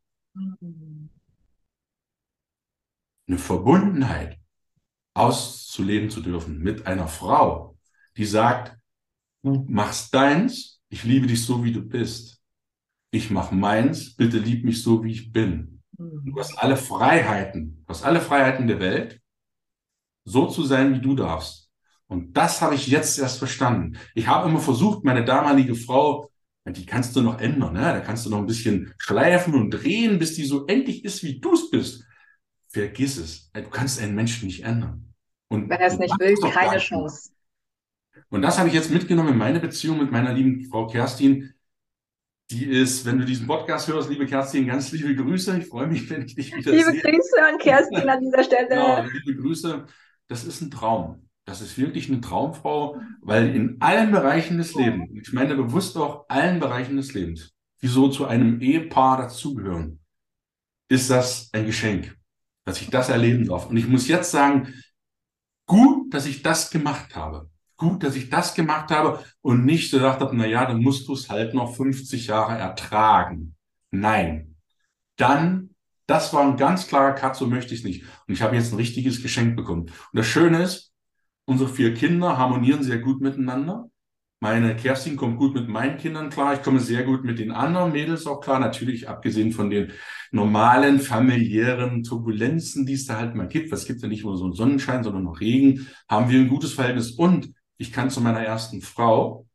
Eine Verbundenheit auszuleben zu dürfen mit einer Frau, die sagt, du machst deins, ich liebe dich so, wie du bist. Ich mach meins, bitte lieb mich so, wie ich bin. Du hast alle Freiheiten, du hast alle Freiheiten der Welt, so zu sein, wie du darfst. Und das habe ich jetzt erst verstanden. Ich habe immer versucht, meine damalige Frau, die kannst du noch ändern, ne? Da kannst du noch ein bisschen schleifen und drehen, bis die so endlich ist, wie du es bist. Vergiss es. Du kannst einen Menschen nicht ändern. Und Wenn er es nicht will, keine Chance. Und das habe ich jetzt mitgenommen in meine Beziehung mit meiner lieben Frau Kerstin. Die ist, wenn du diesen Podcast hörst, liebe Kerstin, ganz liebe Grüße. Ich freue mich, wenn ich dich wieder liebe sehe. Liebe Grüße an Kerstin an dieser Stelle. Ja, liebe Grüße. Das ist ein Traum. Das ist wirklich eine Traumfrau, weil in allen Bereichen des Lebens, ich meine bewusst auch allen Bereichen des Lebens, die so zu einem Ehepaar dazugehören, ist das ein Geschenk, dass ich das erleben darf. Und ich muss jetzt sagen, gut, dass ich das gemacht habe. Gut, dass ich das gemacht habe und nicht so gedacht habe, na ja, dann musst du es halt noch fünfzig Jahre ertragen. Nein. Dann, das war ein ganz klarer Cut, so möchte ich es nicht. Und ich habe jetzt ein richtiges Geschenk bekommen. Und das Schöne ist, unsere vier Kinder harmonieren sehr gut miteinander. Meine Kerstin kommt gut mit meinen Kindern klar. Ich komme sehr gut mit den anderen Mädels auch klar. Natürlich abgesehen von den normalen familiären Turbulenzen, die es da halt mal gibt. Es gibt ja nicht nur so einen Sonnenschein, sondern noch Regen. Haben wir ein gutes Verhältnis. Und ich kann zu meiner ersten Frau.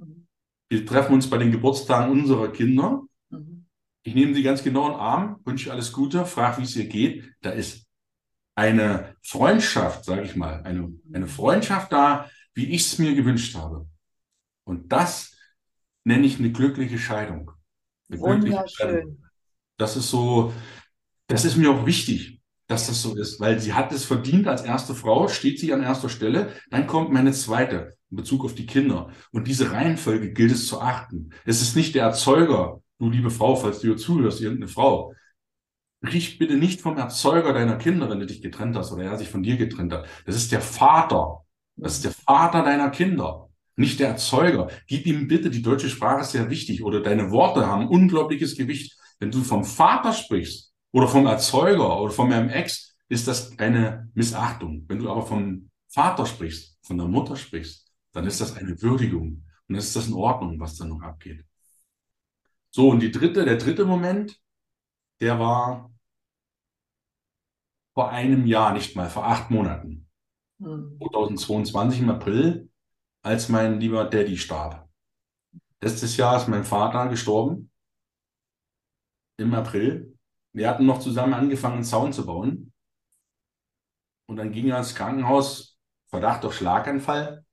Wir treffen uns bei den Geburtstagen unserer Kinder. Ich nehme sie ganz genau in den Arm, wünsche alles Gute, frage, wie es ihr geht. Da ist eine Freundschaft, sage ich mal, eine, eine Freundschaft da, wie ich es mir gewünscht habe. Und das nenne ich eine glückliche Scheidung. Eine glückliche Scheidung. Das ist so, das ist mir auch wichtig, dass das so ist, weil sie hat es verdient als erste Frau, steht sie an erster Stelle, dann kommt meine zweite in Bezug auf die Kinder. Und diese Reihenfolge gilt es zu achten. Es ist nicht der Erzeuger, du liebe Frau, falls du hier zuhörst, irgendeine Frau. Sprich bitte nicht vom Erzeuger deiner Kinder, wenn du dich getrennt hast oder er sich von dir getrennt hat. Das ist der Vater. Das ist der Vater deiner Kinder, nicht der Erzeuger. Gib ihm bitte, die deutsche Sprache ist sehr wichtig oder deine Worte haben unglaubliches Gewicht. Wenn du vom Vater sprichst oder vom Erzeuger oder von meinem Ex, ist das eine Missachtung. Wenn du aber vom Vater sprichst, von der Mutter sprichst, dann ist das eine Würdigung. Und dann ist das in Ordnung, was da noch abgeht. So, und die dritte, der dritte Moment, der war vor einem Jahr, nicht mal, vor acht Monaten. Hm. zweitausendzweiundzwanzig im April, als mein lieber Daddy starb. Letztes Jahr ist mein Vater gestorben. Im April. Wir hatten noch zusammen angefangen, einen Zaun zu bauen. Und dann ging er ins Krankenhaus, Verdacht auf Schlaganfall.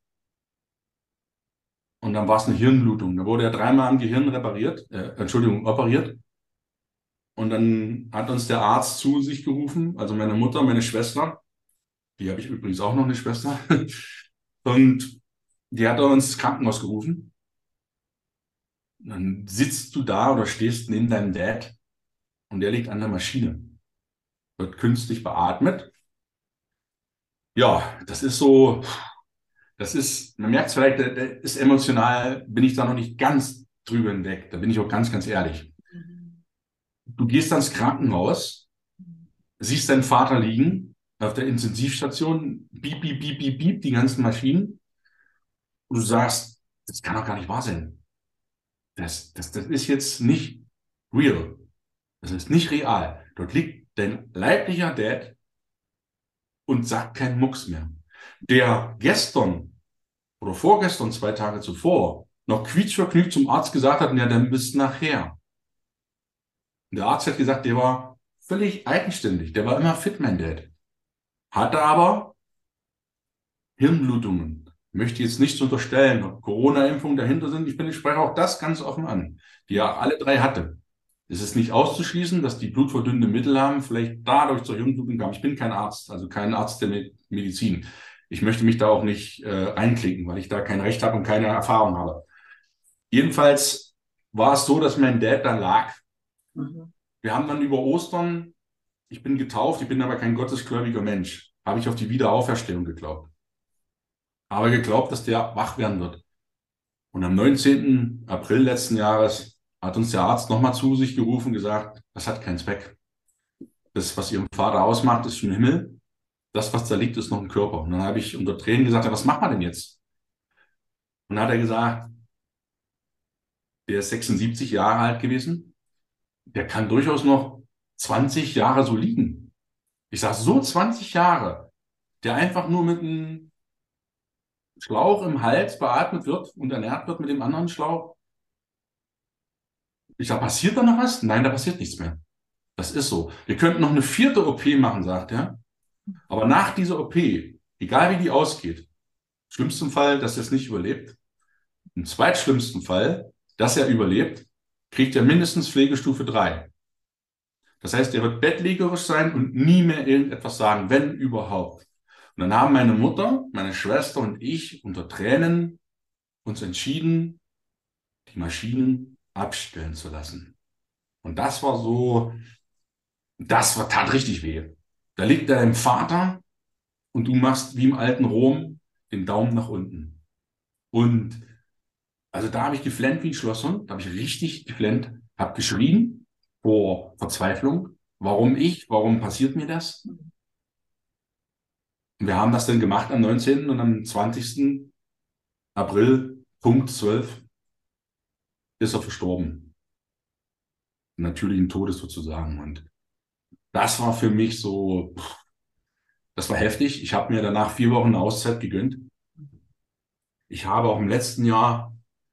Und dann war es eine Hirnblutung. Da wurde er dreimal am Gehirn repariert, äh, Entschuldigung, operiert. Und dann hat uns der Arzt zu sich gerufen, also meine Mutter, meine Schwester. Die habe ich übrigens auch noch eine Schwester. Und die hat uns ins Krankenhaus gerufen. Und dann sitzt du da oder stehst neben deinem Dad und der liegt an der Maschine. Wird künstlich beatmet. Ja, das ist so, das ist, man merkt es vielleicht, der, der ist emotional, bin ich da noch nicht ganz drüber hinweg. Da bin ich auch ganz, ganz ehrlich. Du gehst ans Krankenhaus, siehst deinen Vater liegen auf der Intensivstation, piep, piep, piep, piep, piep, die ganzen Maschinen. Und du sagst, das kann doch gar nicht wahr sein. Das, das, das ist jetzt nicht real. Das ist nicht real. Dort liegt dein leiblicher Dad und sagt keinen Mucks mehr. Der gestern oder vorgestern, zwei Tage zuvor, noch quietschvergnügt zum Arzt gesagt hat, ja, dann bis nachher. Und der Arzt hat gesagt, der war völlig eigenständig. Der war immer fit, mein Dad. Hatte aber Hirnblutungen. Möchte jetzt nichts unterstellen, ob Corona-Impfungen dahinter sind. Ich bin, ich spreche auch das ganz offen an, die er alle drei hatte. Es ist nicht auszuschließen, dass die blutverdünnende Mittel haben, vielleicht dadurch zur Hirnblutung kamen. Ich bin kein Arzt, also kein Arzt der Me- Medizin. Ich möchte mich da auch nicht äh, reinklinken, weil ich da kein Recht habe und keine Erfahrung habe. Jedenfalls war es so, dass mein Dad da lag. Mhm. Wir haben dann über Ostern, ich bin getauft, ich bin aber kein gottesgläubiger Mensch, habe ich auf die Wiederauferstehung geglaubt. Habe geglaubt, dass der wach werden wird. Und am neunzehnten April letzten Jahres hat uns der Arzt nochmal zu sich gerufen und gesagt, das hat keinen Zweck. Das, was Ihrem Vater ausmacht, ist schon Himmel. Das, was da liegt, ist noch ein Körper. Und dann habe ich unter Tränen gesagt, ja, was machen wir denn jetzt? Und dann hat er gesagt, der ist sechsundsiebzig Jahre alt gewesen. Der kann durchaus noch zwanzig Jahre so liegen. Ich sage, so zwanzig Jahre, der einfach nur mit einem Schlauch im Hals beatmet wird und ernährt wird mit dem anderen Schlauch. Ich sage, passiert da noch was? Nein, da passiert nichts mehr. Das ist so. Wir könnten noch eine vierte O P machen, sagt er. Aber nach dieser O P, egal wie die ausgeht, im schlimmsten Fall, dass er es nicht überlebt, im zweitschlimmsten Fall, dass er überlebt, kriegt er mindestens Pflegestufe drei. Das heißt, er wird bettlägerisch sein und nie mehr irgendetwas sagen, wenn überhaupt. Und dann haben meine Mutter, meine Schwester und ich unter Tränen uns entschieden, die Maschinen abstellen zu lassen. Und das war so, das war, tat richtig weh. Da liegt dein Vater und du machst wie im alten Rom den Daumen nach unten. Und also da habe ich geflennt wie ein Schlosshund, da habe ich richtig geflennt, habe geschrien vor Verzweiflung. Warum ich? Warum passiert mir das? Und wir haben das dann gemacht am neunzehnten und am zwanzigsten April, Punkt zwölf, ist er verstorben. Natürlichen Todes sozusagen. Und das war für mich so, das war heftig. Ich habe mir danach vier Wochen eine Auszeit gegönnt. Ich habe auch im letzten Jahr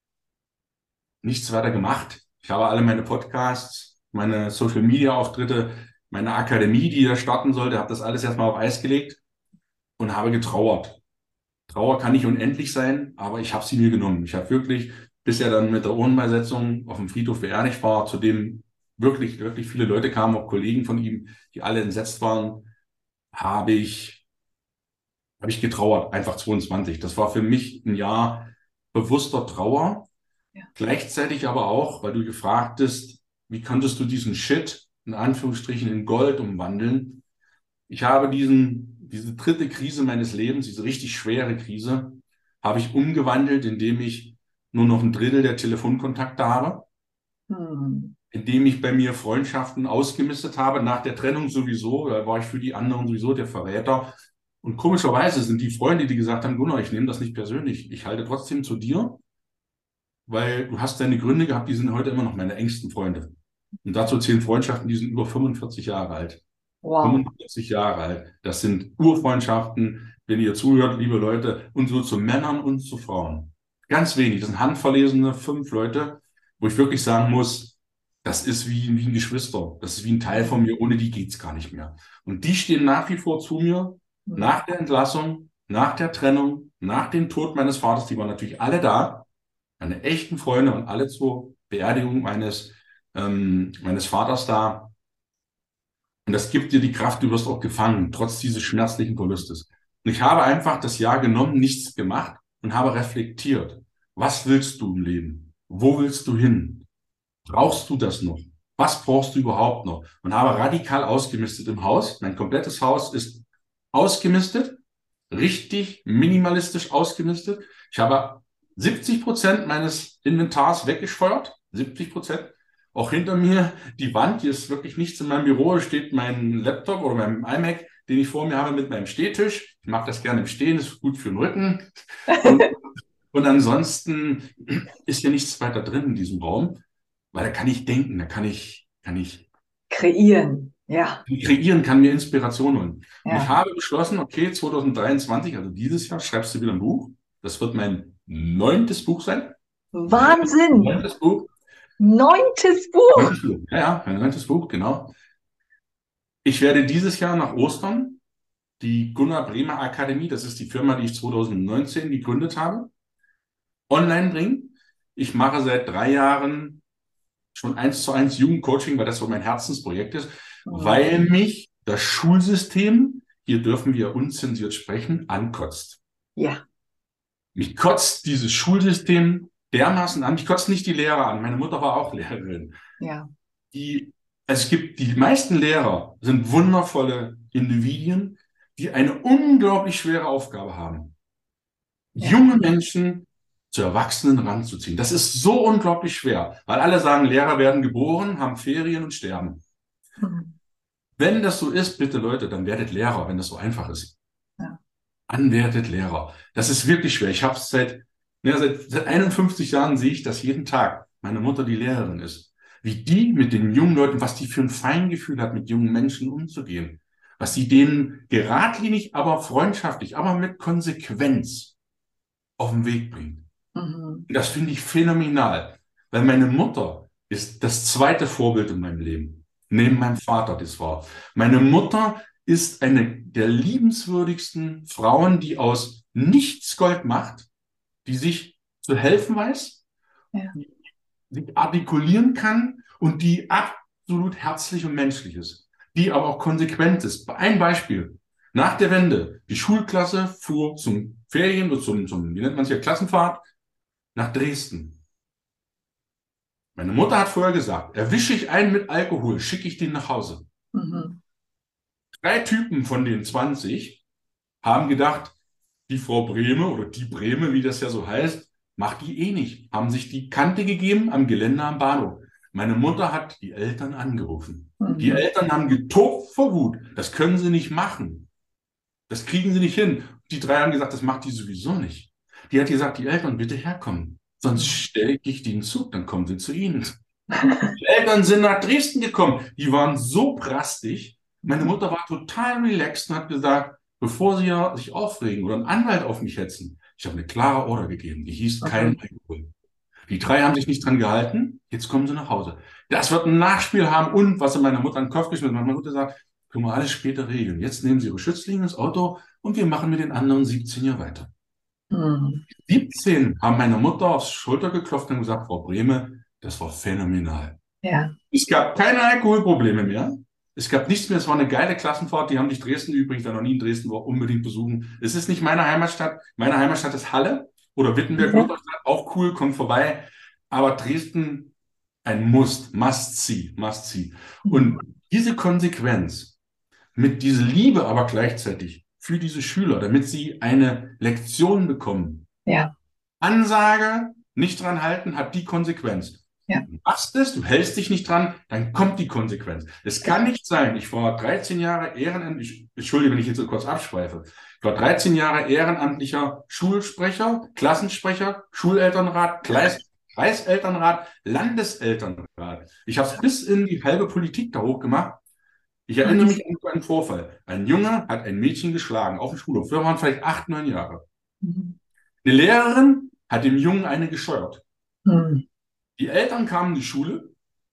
nichts weiter gemacht. Ich habe alle meine Podcasts, meine Social-Media-Auftritte, meine Akademie, die da starten sollte, habe das alles erstmal auf Eis gelegt und habe getrauert. Trauer kann nicht unendlich sein, aber ich habe sie mir genommen. Ich habe wirklich, bis er dann mit der Urnenbeisetzung auf dem Friedhof beerdigt war, zu dem wirklich, wirklich viele Leute kamen, auch Kollegen von ihm, die alle entsetzt waren, habe ich, habe ich getrauert, einfach zweiundzwanzig. Das war für mich ein Jahr bewusster Trauer, Ja. gleichzeitig aber auch, weil du gefragt hast, wie konntest du diesen Shit in Anführungsstrichen in Gold umwandeln? Ich habe diesen, diese dritte Krise meines Lebens, diese richtig schwere Krise, habe ich umgewandelt, indem ich nur noch ein Drittel der Telefonkontakte habe, Hm. indem ich bei mir Freundschaften ausgemistet habe, nach der Trennung sowieso, da war ich für die anderen sowieso der Verräter. Und komischerweise sind die Freunde, die gesagt haben, Gunnar, ich nehme das nicht persönlich, ich halte trotzdem zu dir, weil du hast deine Gründe gehabt, die sind heute immer noch meine engsten Freunde. Und dazu zählen Freundschaften, die sind über fünfundvierzig Jahre alt. Wow. fünfundvierzig Jahre alt. Das sind Urfreundschaften, wenn ihr zuhört, liebe Leute, und so zu Männern und zu Frauen. Ganz wenig. Das sind handverlesene fünf Leute, wo ich wirklich sagen muss, das ist wie, wie ein Geschwister. Das ist wie ein Teil von mir. Ohne die geht's gar nicht mehr. Und die stehen nach wie vor zu mir, Hm. nach der Entlassung, nach der Trennung, nach dem Tod meines Vaters. Die waren natürlich alle da, meine echten Freunde und alle zur Beerdigung meines, ähm, meines Vaters da. Und das gibt dir die Kraft, du wirst auch gefangen, trotz dieses schmerzlichen Verlustes. Und ich habe einfach das Jahr genommen, nichts gemacht und habe reflektiert. Was willst du im Leben? Wo willst du hin? Brauchst du das noch? Was brauchst du überhaupt noch? Und habe radikal ausgemistet im Haus. Mein komplettes Haus ist ausgemistet, richtig minimalistisch ausgemistet. Ich habe siebzig Prozent meines Inventars weggescheuert, siebzig Prozent. Auch hinter mir die Wand, hier ist wirklich nichts in meinem Büro, steht mein Laptop oder mein iMac, den ich vor mir habe mit meinem Stehtisch. Ich mag das gerne im Stehen, ist gut für den Rücken. Und, und ansonsten ist hier nichts weiter drin in diesem Raum, weil da kann ich denken, da kann ich, kann ich Kreieren. Ja. kreieren, kann mir Inspiration holen. Und Ja. ich habe beschlossen, okay, zwanzig dreiundzwanzig, also dieses Jahr, schreibst du wieder ein Buch. Das wird mein neuntes Buch sein. Wahnsinn. Neuntes Buch. Neuntes Buch. Neuntes Buch. Ja, ja, mein neuntes Buch, genau. Ich werde dieses Jahr nach Ostern die Gunnar Bremer Akademie, das ist die Firma, die ich zwanzig neunzehn gegründet habe, online bringen. Ich mache seit drei Jahren schon eins zu eins Jugendcoaching, weil das so mein Herzensprojekt ist, Mhm. weil mich das Schulsystem, hier dürfen wir unzensiert sprechen, ankotzt. Ja. Mich kotzt dieses Schulsystem dermaßen an. Mich kotzt nicht die Lehrer an. Meine Mutter war auch Lehrerin. Ja. Die, also es gibt, die meisten Lehrer sind wundervolle Individuen, die eine unglaublich schwere Aufgabe haben. Ja. Junge Menschen zu Erwachsenen ranzuziehen. Das ist so unglaublich schwer, weil alle sagen, Lehrer werden geboren, haben Ferien und sterben. Mhm. Wenn das so ist, bitte Leute, dann werdet Lehrer, wenn das so einfach ist. Ja. Anwertet Lehrer. Das ist wirklich schwer. Ich habe es seit, ja, seit, seit einundfünfzig Jahren sehe ich das jeden Tag. Meine Mutter, die Lehrerin ist. Wie die mit den jungen Leuten, was die für ein Feingefühl hat, mit jungen Menschen umzugehen. Was sie denen geradlinig, aber freundschaftlich, aber mit Konsequenz auf den Weg bringt. Mhm. Das finde ich phänomenal. Weil meine Mutter ist das zweite Vorbild in meinem Leben. Neben meinem Vater, das war. Meine Mutter ist eine der liebenswürdigsten Frauen, die aus nichts Gold macht, die sich zu helfen weiß, Ja. die sich artikulieren kann und die absolut herzlich und menschlich ist, die aber auch konsequent ist. Ein Beispiel. Nach der Wende, die Schulklasse fuhr zum Ferien oder zum, zum, wie nennt man es hier, Klassenfahrt, nach Dresden. Meine Mutter hat vorher gesagt, erwische ich einen mit Alkohol, schicke ich den nach Hause. Mhm. Drei Typen von den zwanzig haben gedacht, die Frau Brehme oder die Brehme, wie das ja so heißt, macht die eh nicht. Haben sich die Kante gegeben am Geländer am Bahnhof. Meine Mutter hat die Eltern angerufen. Mhm. Die Eltern haben getobt vor Wut. Das können sie nicht machen. Das kriegen sie nicht hin. Die drei haben gesagt, das macht die sowieso nicht. Die hat gesagt, die Eltern, bitte herkommen. Sonst stelle ich den Zug, dann kommen sie zu Ihnen. Die Eltern sind nach Dresden gekommen. Die waren so prastig. Meine Mutter war total relaxed und hat gesagt, bevor sie ja sich aufregen oder einen Anwalt auf mich hetzen, ich habe eine klare Order gegeben. Die hieß kein Alkohol. Die drei haben sich nicht dran gehalten. Jetzt kommen sie nach Hause. Das wird ein Nachspiel haben und was sie meiner Mutter an den Kopf geschmissen hat. Meine Mutter sagt, können wir alles später regeln. Jetzt nehmen Sie Ihre Schützlinge ins Auto und wir machen mit den anderen siebzehn Jahren weiter. Mhm. siebzehn haben meine Mutter aufs Schulter geklopft und gesagt, Frau Brehme, das war phänomenal. Ja. Es gab keine Alkoholprobleme mehr. Es gab nichts mehr. Es war eine geile Klassenfahrt. Die haben dich Dresden übrigens, wer noch nie in Dresden war, unbedingt besuchen. Es ist nicht meine Heimatstadt. Meine Heimatstadt ist Halle oder Wittenberg, Mhm. Lutherstadt. Auch cool, kommt vorbei. Aber Dresden, ein Must, must see, must see. Und diese Konsequenz mit dieser Liebe aber gleichzeitig für diese Schüler, damit sie eine Lektion bekommen. Ja. Ansage, nicht dran halten, hat die Konsequenz. Ja. Du machst es, du hältst dich nicht dran, dann kommt die Konsequenz. Es kann nicht sein, ich war dreizehn Jahre ehrenamtlich, Entschuldige, wenn ich jetzt so kurz abschweife, ich war dreizehn Jahre ehrenamtlicher Schulsprecher, Klassensprecher, Schulelternrat, Kreis, Kreiselternrat, Landeselternrat. Ich habe es bis in die halbe Politik da hoch gemacht. Ich erinnere mich an einen Vorfall. Ein Junge hat ein Mädchen geschlagen auf dem Schulhof. Wir waren vielleicht acht, neun Jahre. Mhm. Eine Lehrerin hat dem Jungen eine gescheuert. Mhm. Die Eltern kamen in die Schule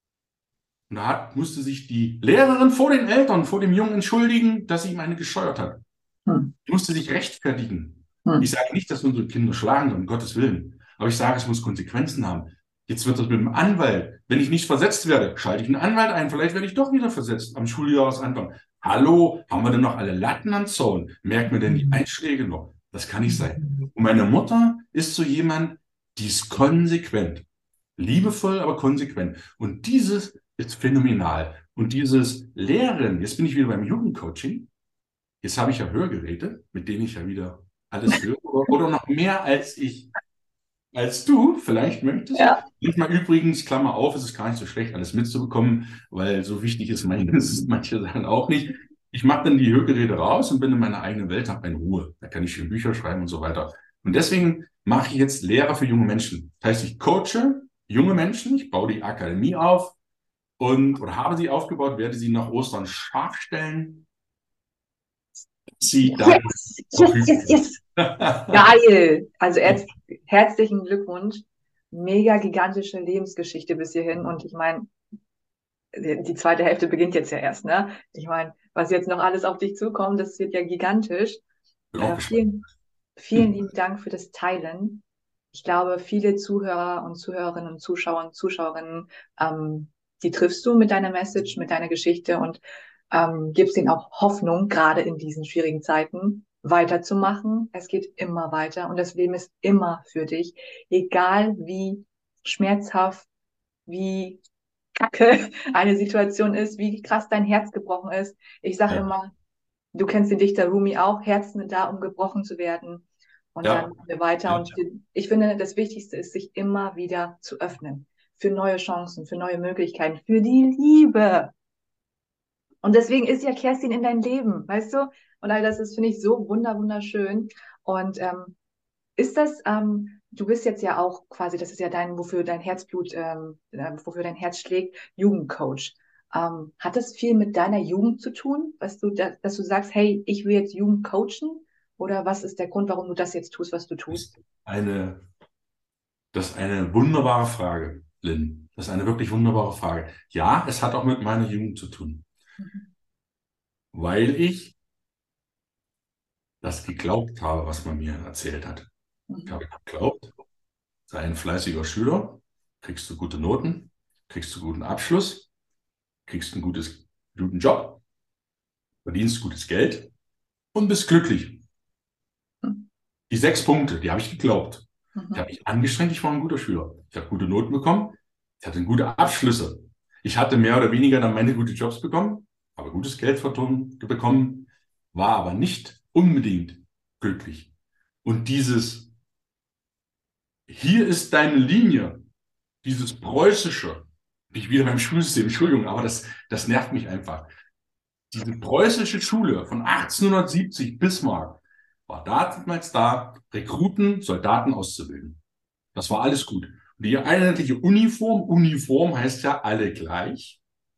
und da hat, musste sich die Lehrerin vor den Eltern, vor dem Jungen entschuldigen, dass sie ihm eine gescheuert hat. Mhm. Die musste sich rechtfertigen. Mhm. Ich sage nicht, dass unsere Kinder schlagen, um Gottes Willen. Aber ich sage, es muss Konsequenzen haben. Jetzt wird das mit dem Anwalt. Wenn ich nicht versetzt werde, schalte ich einen Anwalt ein. Vielleicht werde ich doch wieder versetzt am Schuljahresanfang. Hallo, haben wir denn noch alle Latten am Zaun? Merken wir denn die Einschläge noch? Das kann nicht sein. Und meine Mutter ist so jemand, die ist konsequent. Liebevoll, aber konsequent. Und dieses ist phänomenal. Und dieses Lehren, jetzt bin ich wieder beim Jugendcoaching. Jetzt habe ich ja Hörgeräte, mit denen ich ja wieder alles höre. Oder, oder noch mehr als ich, als du vielleicht möchtest. Ja. Manchmal übrigens, Klammer auf, es ist gar nicht so schlecht, alles mitzubekommen, weil so wichtig ist meines, manche Sachen auch nicht. Ich mache dann die Hörgeräte raus und bin in meiner eigenen Welt, habe meine Ruhe. Da kann ich schön Bücher schreiben und so weiter. Und deswegen mache ich jetzt Lehrer für junge Menschen. Das heißt, ich coache junge Menschen, ich baue die Akademie auf und oder habe sie aufgebaut, werde sie nach Ostern scharf stellen. Sie dann Yes, yes, yes, yes. Geil. Also erst herzlichen Glückwunsch. Mega gigantische Lebensgeschichte bis hierhin. Und ich meine, die zweite Hälfte beginnt jetzt ja erst, ne? Ich meine, was jetzt noch alles auf dich zukommt, das wird ja gigantisch. Bin auch Äh, gespannt. vielen, vielen lieben Dank für das Teilen. ich glaube, viele Zuhörer und Zuhörerinnen und Zuschauer und Zuschauerinnen, ähm, die triffst du mit deiner Message, mit deiner Geschichte und ähm, gibst ihnen auch Hoffnung, gerade in diesen schwierigen Zeiten weiterzumachen. Es geht immer weiter und das Leben ist immer für dich, egal wie schmerzhaft, wie kacke eine Situation ist, wie krass dein Herz gebrochen ist. Ich sage Ja, immer, du kennst den Dichter Rumi auch, Herzen sind da, um gebrochen zu werden. Und dann ja, machen wir weiter. ja, Und ich finde, das Wichtigste ist, sich immer wieder zu öffnen für neue Chancen, für neue Möglichkeiten, für die Liebe. Und deswegen ist ja Kerstin in dein Leben, weißt du? Und all das ist, finde ich, so wunder, wunderschön. Und ähm, ist das, ähm, du bist jetzt ja auch quasi, das ist ja dein, wofür dein Herzblut, ähm, äh, wofür dein Herz schlägt, Jugendcoach. Ähm, hat das viel mit deiner Jugend zu tun, was du, da, dass du sagst, hey, ich will jetzt Jugend coachen? Oder was ist der Grund, warum du das jetzt tust, was du das tust? ist eine, das ist eine wunderbare Frage, Lynn. Das ist eine wirklich wunderbare Frage. Ja, es hat auch mit meiner Jugend zu tun, Mhm. weil ich das geglaubt habe, was man mir erzählt hat. Ich Mhm. habe geglaubt, sei ein fleißiger Schüler, kriegst du gute Noten, kriegst du guten Abschluss, kriegst einen gutes, guten Job, verdienst gutes Geld und bist glücklich. Die sechs Punkte, die habe ich geglaubt. Ich Mhm. habe mich angestrengt, ich war ein guter Schüler. Ich habe gute Noten bekommen, ich hatte gute Abschlüsse. Ich hatte mehr oder weniger dann meine guten Jobs bekommen, habe gutes Geld vertun- bekommen, war aber nicht unbedingt glücklich. Und dieses, hier ist deine Linie, dieses preußische, nicht wieder beim Schulsystem, Entschuldigung, aber das, das nervt mich einfach. Diese preußische Schule von achtzehnhundertsiebzig, Bismarck, war damals da, Rekruten, Soldaten auszubilden. Das war alles gut. Und die einheitliche Uniform, Uniform heißt ja alle gleich,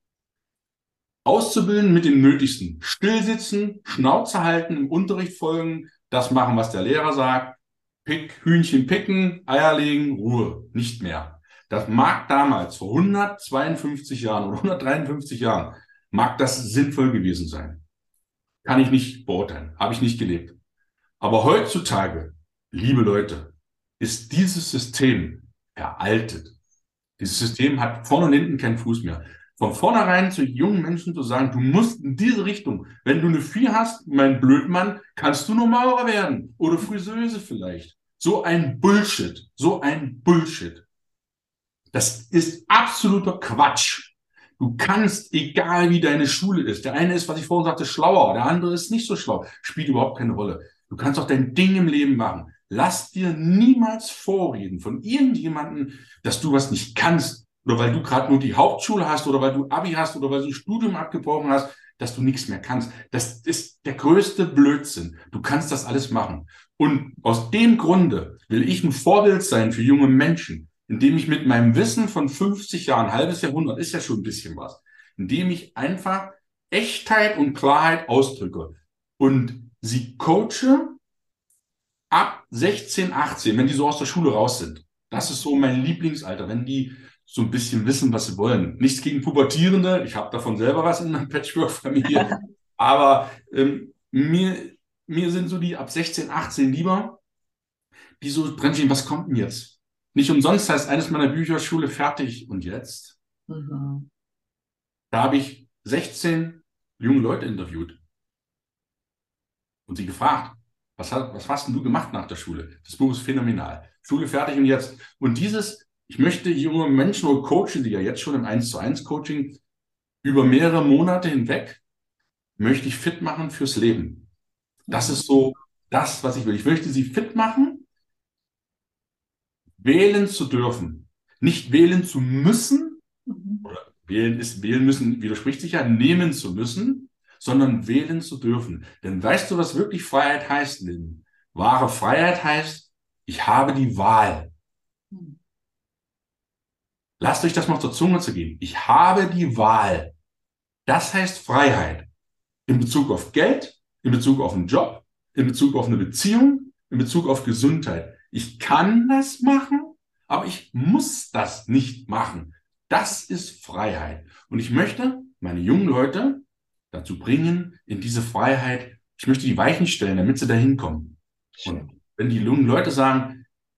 auszubilden mit dem Nötigsten. Stillsitzen, Schnauze halten, im Unterricht folgen, das machen, was der Lehrer sagt, Pick, Hühnchen picken, Eier legen, Ruhe, nicht mehr. Das mag damals, vor hundertzweiundfünfzig Jahren oder hundertdreiundfünfzig Jahren, mag das sinnvoll gewesen sein. Kann ich nicht beurteilen, habe ich nicht gelebt. Aber heutzutage, liebe Leute, ist dieses System veraltet. Dieses System hat vorne und hinten keinen Fuß mehr. Von vornherein zu jungen Menschen zu sagen, du musst in diese Richtung, wenn du eine vier hast, mein Blödmann, kannst du nur Maurer werden oder Friseuse vielleicht. So ein Bullshit, so ein Bullshit. Das ist absoluter Quatsch. Du kannst, egal wie deine Schule ist, der eine ist, was ich vorhin sagte, schlauer, der andere ist nicht so schlau, spielt überhaupt keine Rolle. Du kannst auch dein Ding im Leben machen. Lass dir niemals vorreden von irgendjemandem, dass du was nicht kannst oder weil du gerade nur die Hauptschule hast oder weil du Abi hast oder weil du ein Studium abgebrochen hast, dass du nichts mehr kannst. Das ist der größte Blödsinn. Du kannst das alles machen. Und aus dem Grunde will ich ein Vorbild sein für junge Menschen, indem ich mit meinem Wissen von fünfzig Jahren, halbes Jahrhundert, ist ja schon ein bisschen was, indem ich einfach Echtheit und Klarheit ausdrücke und sie coache ab sechzehn, achtzehn, wenn die so aus der Schule raus sind. Das ist so mein Lieblingsalter, wenn die so ein bisschen wissen, was sie wollen. Nichts gegen Pubertierende, ich habe davon selber was in meiner Patchwork-Familie, aber ähm, mir, mir sind so die ab sechzehn, achtzehn lieber, die so drin stehen, was kommt denn jetzt? Nicht umsonst heißt eines meiner Bücher Schule fertig und jetzt. Mhm. Da habe ich sechzehn junge Leute interviewt und sie gefragt, was, hast, was hast denn du gemacht nach der Schule? Das Buch ist phänomenal. Schule fertig und jetzt. Und dieses, ich möchte junge Menschen oder coachen, die ja jetzt schon im eins zu eins Coaching über mehrere Monate hinweg, möchte ich fit machen fürs Leben. Das Mhm. ist so das, was ich will. Ich möchte sie fit machen, wählen zu dürfen. Nicht wählen zu müssen, Mhm. oder wählen ist, wählen müssen, widerspricht sich ja, nehmen zu müssen, sondern wählen zu dürfen. Denn weißt du, was wirklich Freiheit heißt, Lynn? Wahre Freiheit heißt, ich habe die Wahl. Mhm. Lasst euch das mal zur Zunge zu gehen. Ich habe die Wahl. Das heißt Freiheit. In Bezug auf Geld, in Bezug auf einen Job, in Bezug auf eine Beziehung, in Bezug auf Gesundheit. Ich kann das machen, aber ich muss das nicht machen. Das ist Freiheit. Und ich möchte meine jungen Leute dazu bringen, in diese Freiheit, ich möchte die Weichen stellen, damit sie dahin kommen. Und Schön. wenn die jungen Leute sagen,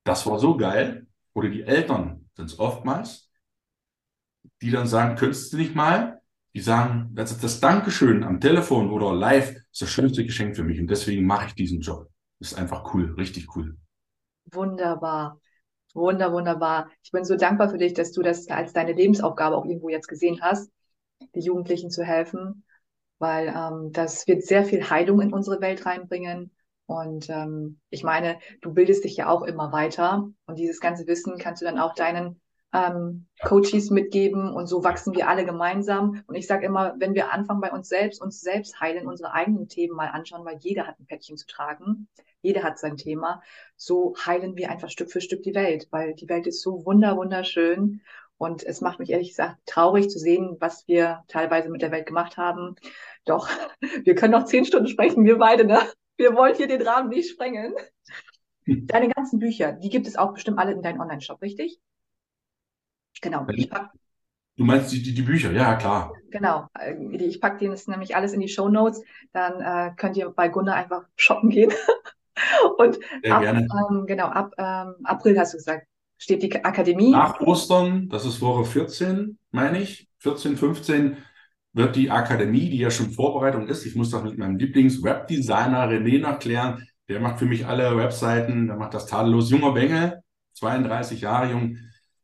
das war so geil. Oder die Eltern sind es oftmals, die dann sagen, könntest du nicht mal? Die sagen, das ist das Dankeschön am Telefon oder live ist das schönste Geschenk für mich und deswegen mache ich diesen Job. Das ist einfach cool, richtig cool. Wunderbar. Wunder, wunderbar. Ich bin so dankbar für dich, dass du das als deine Lebensaufgabe auch irgendwo jetzt gesehen hast, die Jugendlichen zu helfen, weil ähm, das wird sehr viel Heilung in unsere Welt reinbringen. Und ähm, ich meine, du bildest dich ja auch immer weiter und dieses ganze Wissen kannst du dann auch deinen ähm, Coaches mitgeben und so wachsen wir alle gemeinsam. Und ich sage immer, wenn wir anfangen bei uns selbst, uns selbst heilen, unsere eigenen Themen mal anschauen, weil jeder hat ein Päckchen zu tragen, jeder hat sein Thema, so heilen wir einfach Stück für Stück die Welt, weil die Welt ist so wunder, wunderschön. Und es macht mich ehrlich gesagt traurig zu sehen, was wir teilweise mit der Welt gemacht haben. Doch, wir können noch zehn Stunden sprechen, wir beide, ne? Wir wollen hier den Rahmen nicht sprengen. Deine ganzen Bücher, die gibt es auch bestimmt alle in deinem Online-Shop, richtig? Genau. Ich pack, Du meinst die, die, die Bücher? Ja, klar. genau. Äh, Ich packe dir das nämlich alles in die Shownotes. Dann äh, könnt ihr bei Gunnar einfach shoppen gehen. Und Sehr ab, gerne. ähm, genau, ab ähm, April hast du gesagt, steht die Akademie. Nach Ostern, das ist Woche vierzehn, meine ich, vierzehn, fünfzehn, wird die Akademie, die ja schon Vorbereitung ist, ich muss das mit meinem Lieblings-Webdesigner René noch klären, der macht für mich alle Webseiten, der macht das tadellos, junger Bengel, zweiunddreißig Jahre jung,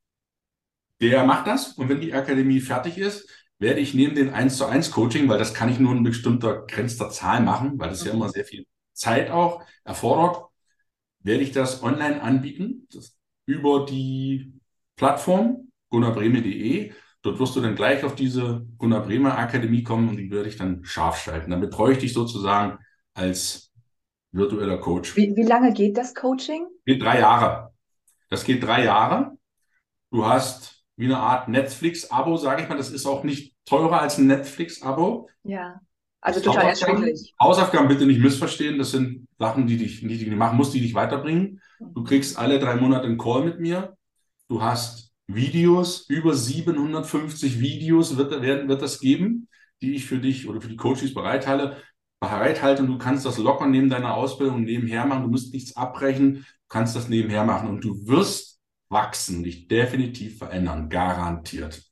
der macht das und wenn die Akademie fertig ist, werde ich neben den eins zu eins Coaching, weil das kann ich nur in bestimmter grenzter Zahl machen, weil das ja immer sehr viel Zeit auch erfordert, werde ich das online anbieten, das über die Plattform gunnar brehme punkt de. Dort wirst du dann gleich auf diese Gunnar Brehme Akademie kommen und die werde ich dann scharf schalten. Dann betreue ich dich sozusagen als virtueller Coach. Wie, wie lange geht das Coaching? Geht drei Jahre. Das geht drei Jahre. Du hast wie eine Art Netflix-Abo, sage ich mal. Das ist auch nicht teurer als ein Netflix-Abo. Ja, also total Hausaufgaben, erschwinglich. Hausaufgaben bitte nicht missverstehen. Das sind Sachen, die dich, die du machen musst, die dich weiterbringen. Du kriegst alle drei Monate einen Call mit mir. Du hast Videos, über siebenhundertfünfzig Videos wird, werden, wird das geben, die ich für dich oder für die Coaches bereithalte, bereithalte und du kannst das locker neben deiner Ausbildung nebenher machen. Du musst nichts abbrechen, du kannst das nebenher machen und du wirst wachsen, dich definitiv verändern, garantiert.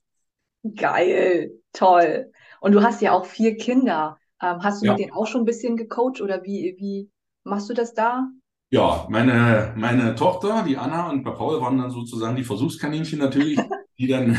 Geil, toll. Und du hast ja auch vier Kinder. Ähm, hast du Ja. mit denen auch schon ein bisschen gecoacht oder wie, wie machst du das da? Ja, meine, meine Tochter, die Anna und bei Paul waren dann sozusagen die Versuchskaninchen natürlich, die dann,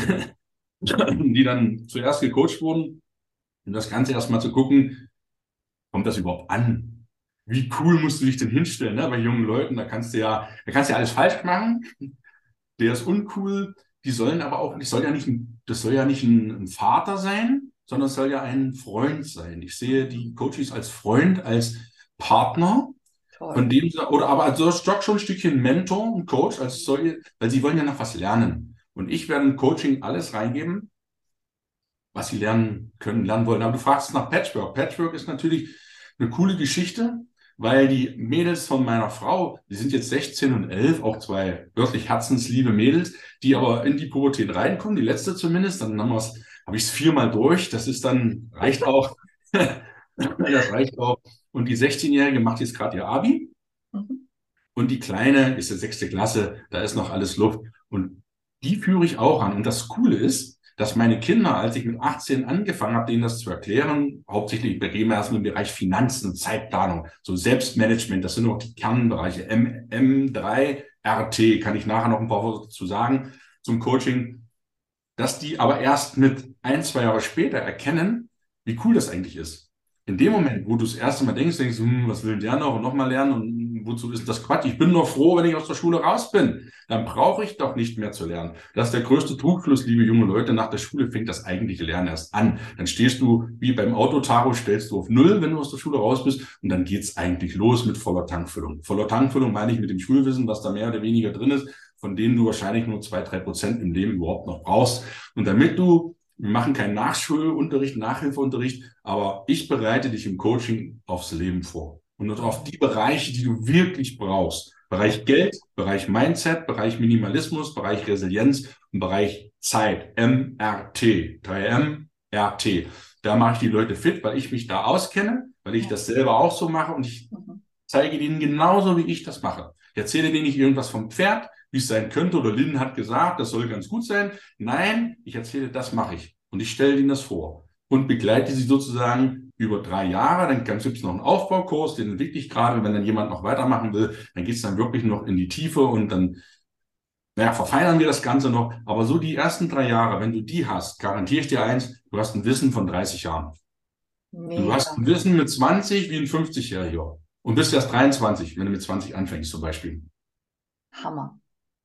die dann zuerst gecoacht wurden, um das Ganze erstmal zu gucken, kommt das überhaupt an? Wie cool musst du dich denn hinstellen, ne? Bei jungen Leuten, da kannst du ja, da kannst du ja alles falsch machen. Der ist uncool. Die sollen aber auch, ich soll ja nicht, ein- das soll ja nicht ein, ein Vater sein, sondern es soll ja ein Freund sein. Ich sehe die Coaches als Freund, als Partner. Toll. Von dem, oder aber als doch schon ein Stückchen Mentor und Coach, als soll, weil sie wollen ja noch was lernen. Und ich werde im Coaching alles reingeben, was sie lernen können, lernen wollen. Aber du fragst nach Patchwork. Patchwork ist natürlich eine coole Geschichte, weil die Mädels von meiner Frau, die sind jetzt sechzehn und elf, auch zwei wirklich herzensliebe Mädels, die aber in die Pubertät reinkommen, die letzte zumindest, dann haben wir's, habe ich es viermal durch, das ist dann, reicht auch, das reicht auch. Und die sechzehnjährige macht jetzt gerade ihr Abi. Mhm. Und die Kleine ist ja sechste Klasse, da ist noch alles Luft. Und die führe ich auch an. Und das Coole ist, dass meine Kinder, als ich mit achtzehn angefangen habe, denen das zu erklären, hauptsächlich reden wir erstmal im Bereich Finanzen und Zeitplanung, so Selbstmanagement, das sind auch die Kernbereiche. M drei R T, kann ich nachher noch ein paar Worte dazu sagen, zum Coaching, dass die aber erst mit ein, zwei Jahre später erkennen, wie cool das eigentlich ist. In dem Moment, wo du das erste Mal denkst, denkst du, hm, was will der noch und nochmal lernen und wozu ist das Quatsch? Ich bin nur froh, wenn ich aus der Schule raus bin. Dann brauche ich doch nicht mehr zu lernen. Das ist der größte Trugschluss, liebe junge Leute. Nach der Schule fängt das eigentliche Lernen erst an. Dann stehst du, wie beim Autotaro, stellst du auf Null, wenn du aus der Schule raus bist und dann geht's eigentlich los mit voller Tankfüllung. Voller Tankfüllung meine ich mit dem Schulwissen, was da mehr oder weniger drin ist, von denen du wahrscheinlich nur zwei, drei Prozent im Leben überhaupt noch brauchst. Und damit du Wir machen keinen Nachschulunterricht, Nachhilfeunterricht, aber ich bereite dich im Coaching aufs Leben vor und auf die Bereiche, die du wirklich brauchst. Bereich Geld, Bereich Mindset, Bereich Minimalismus, Bereich Resilienz und Bereich Zeit. M R T. drei M R T. Da mache ich die Leute fit, weil ich mich da auskenne, weil ich das selber auch so mache und ich zeige ihnen genauso, wie ich das mache. Ich erzähle dir nicht irgendwas vom Pferd, wie es sein könnte, oder Lynn hat gesagt, das soll ganz gut sein. Nein, ich erzähle, das mache ich. Und ich stelle ihnen das vor und begleite sie sozusagen über drei Jahre. Dann gibt es noch einen Aufbaukurs, den entwickle ich gerade. Wenn dann jemand noch weitermachen will, dann geht es dann wirklich noch in die Tiefe und dann naja, verfeinern wir das Ganze noch. Aber so die ersten drei Jahre, wenn du die hast, garantiere ich dir eins, du hast ein Wissen von dreißig Jahren. Mega. Du hast ein Wissen mit zwanzig wie ein fünfzigjähriger und bist erst dreiundzwanzig, wenn du mit zwanzig anfängst zum Beispiel. Hammer.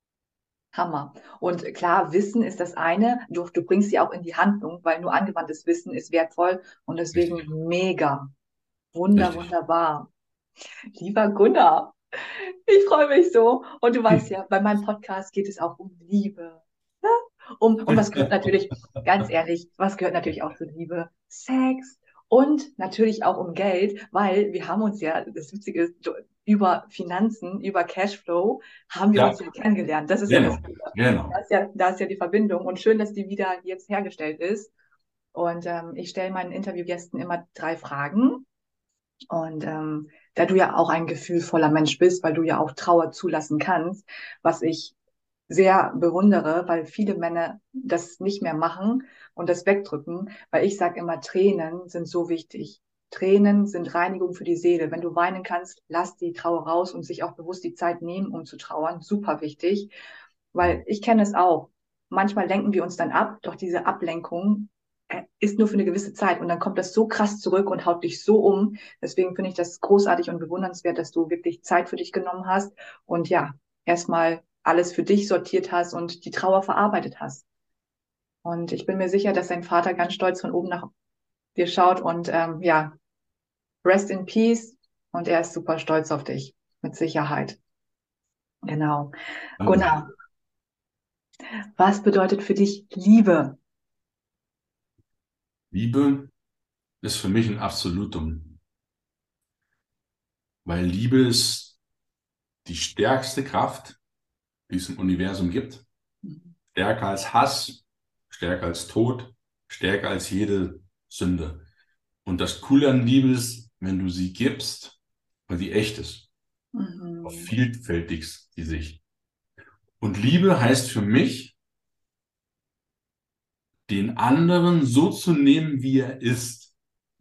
Hammer. Und klar, Wissen ist das eine, du, du bringst sie auch in die Handlung, weil nur angewandtes Wissen ist wertvoll und deswegen Richtig. mega. Wunder, Richtig. wunderbar. Lieber Gunnar, ich freue mich so. Und du weißt ja, bei meinem Podcast geht es auch um Liebe. Ja? Um, und was gehört natürlich, ganz ehrlich, was gehört natürlich auch zur Liebe? Sex. Und natürlich auch um Geld, weil wir haben uns ja, das Witzige ist, über Finanzen, über Cashflow haben wir Ja. uns ja kennengelernt. Das ist Genau. ja das Gute. Genau. Da ist ja, da ist ja die Verbindung und schön, dass die wieder jetzt hergestellt ist. Und ähm, ich stelle meinen Interviewgästen immer drei Fragen. Und ähm, da du ja auch ein gefühlvoller Mensch bist, weil du ja auch Trauer zulassen kannst, was ich sehr bewundere, weil viele Männer das nicht mehr machen und das wegdrücken, weil ich sage immer, Tränen sind so wichtig. Tränen sind Reinigung für die Seele. Wenn du weinen kannst, lass die Trauer raus und sich auch bewusst die Zeit nehmen, um zu trauern. Super wichtig, weil ich kenne es auch. Manchmal lenken wir uns dann ab, doch diese Ablenkung ist nur für eine gewisse Zeit und dann kommt das so krass zurück und haut dich so um. Deswegen finde ich das großartig und bewundernswert, dass du wirklich Zeit für dich genommen hast und ja, erstmal alles für dich sortiert hast und die Trauer verarbeitet hast. Und ich bin mir sicher, dass dein Vater ganz stolz von oben nach dir schaut und ähm, ja, rest in peace und er ist super stolz auf dich, mit Sicherheit. Genau. Danke. Gunnar, was bedeutet für dich Liebe? Liebe ist für mich ein Absolutum, weil Liebe ist die stärkste Kraft, die es im Universum gibt. Stärker als Hass, stärker als Tod, stärker als jede Sünde. Und das Coole an Liebe ist, wenn du sie gibst, weil sie echt ist. Mhm. Auf vielfältigst die Sicht. Und Liebe heißt für mich, den anderen so zu nehmen, wie er ist.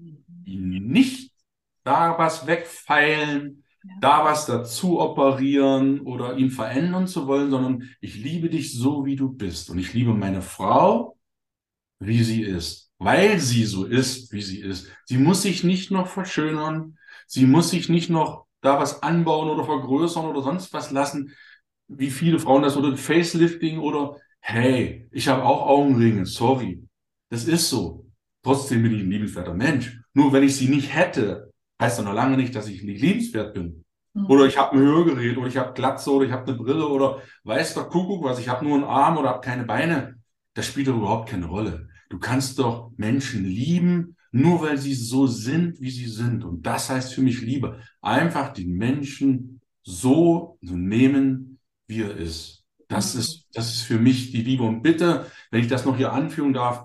Ihn nicht da was wegfeilen, Ja. da was dazu operieren oder ihn verändern zu wollen, sondern ich liebe dich so, wie du bist. Und ich liebe meine Frau, wie sie ist, weil sie so ist, wie sie ist. Sie muss sich nicht noch verschönern, sie muss sich nicht noch da was anbauen oder vergrößern oder sonst was lassen, wie viele Frauen das oder Facelifting oder hey, ich habe auch Augenringe, sorry. Das ist so. Trotzdem bin ich ein liebenswerter Mensch. Nur wenn ich sie nicht hätte, heißt das noch lange nicht, dass ich nicht liebenswert bin. Mhm. Oder ich habe ein Hörgerät oder ich habe Glatze oder ich habe eine Brille oder weiß doch Kuckuck was, ich habe nur einen Arm oder habe keine Beine. Das spielt doch überhaupt keine Rolle. Du kannst doch Menschen lieben, nur weil sie so sind, wie sie sind. Und das heißt für mich Liebe. Einfach den Menschen so zu nehmen, wie er ist. Das Mhm. ist, das ist für mich die Liebe. Und bitte, wenn ich das noch hier anführen darf,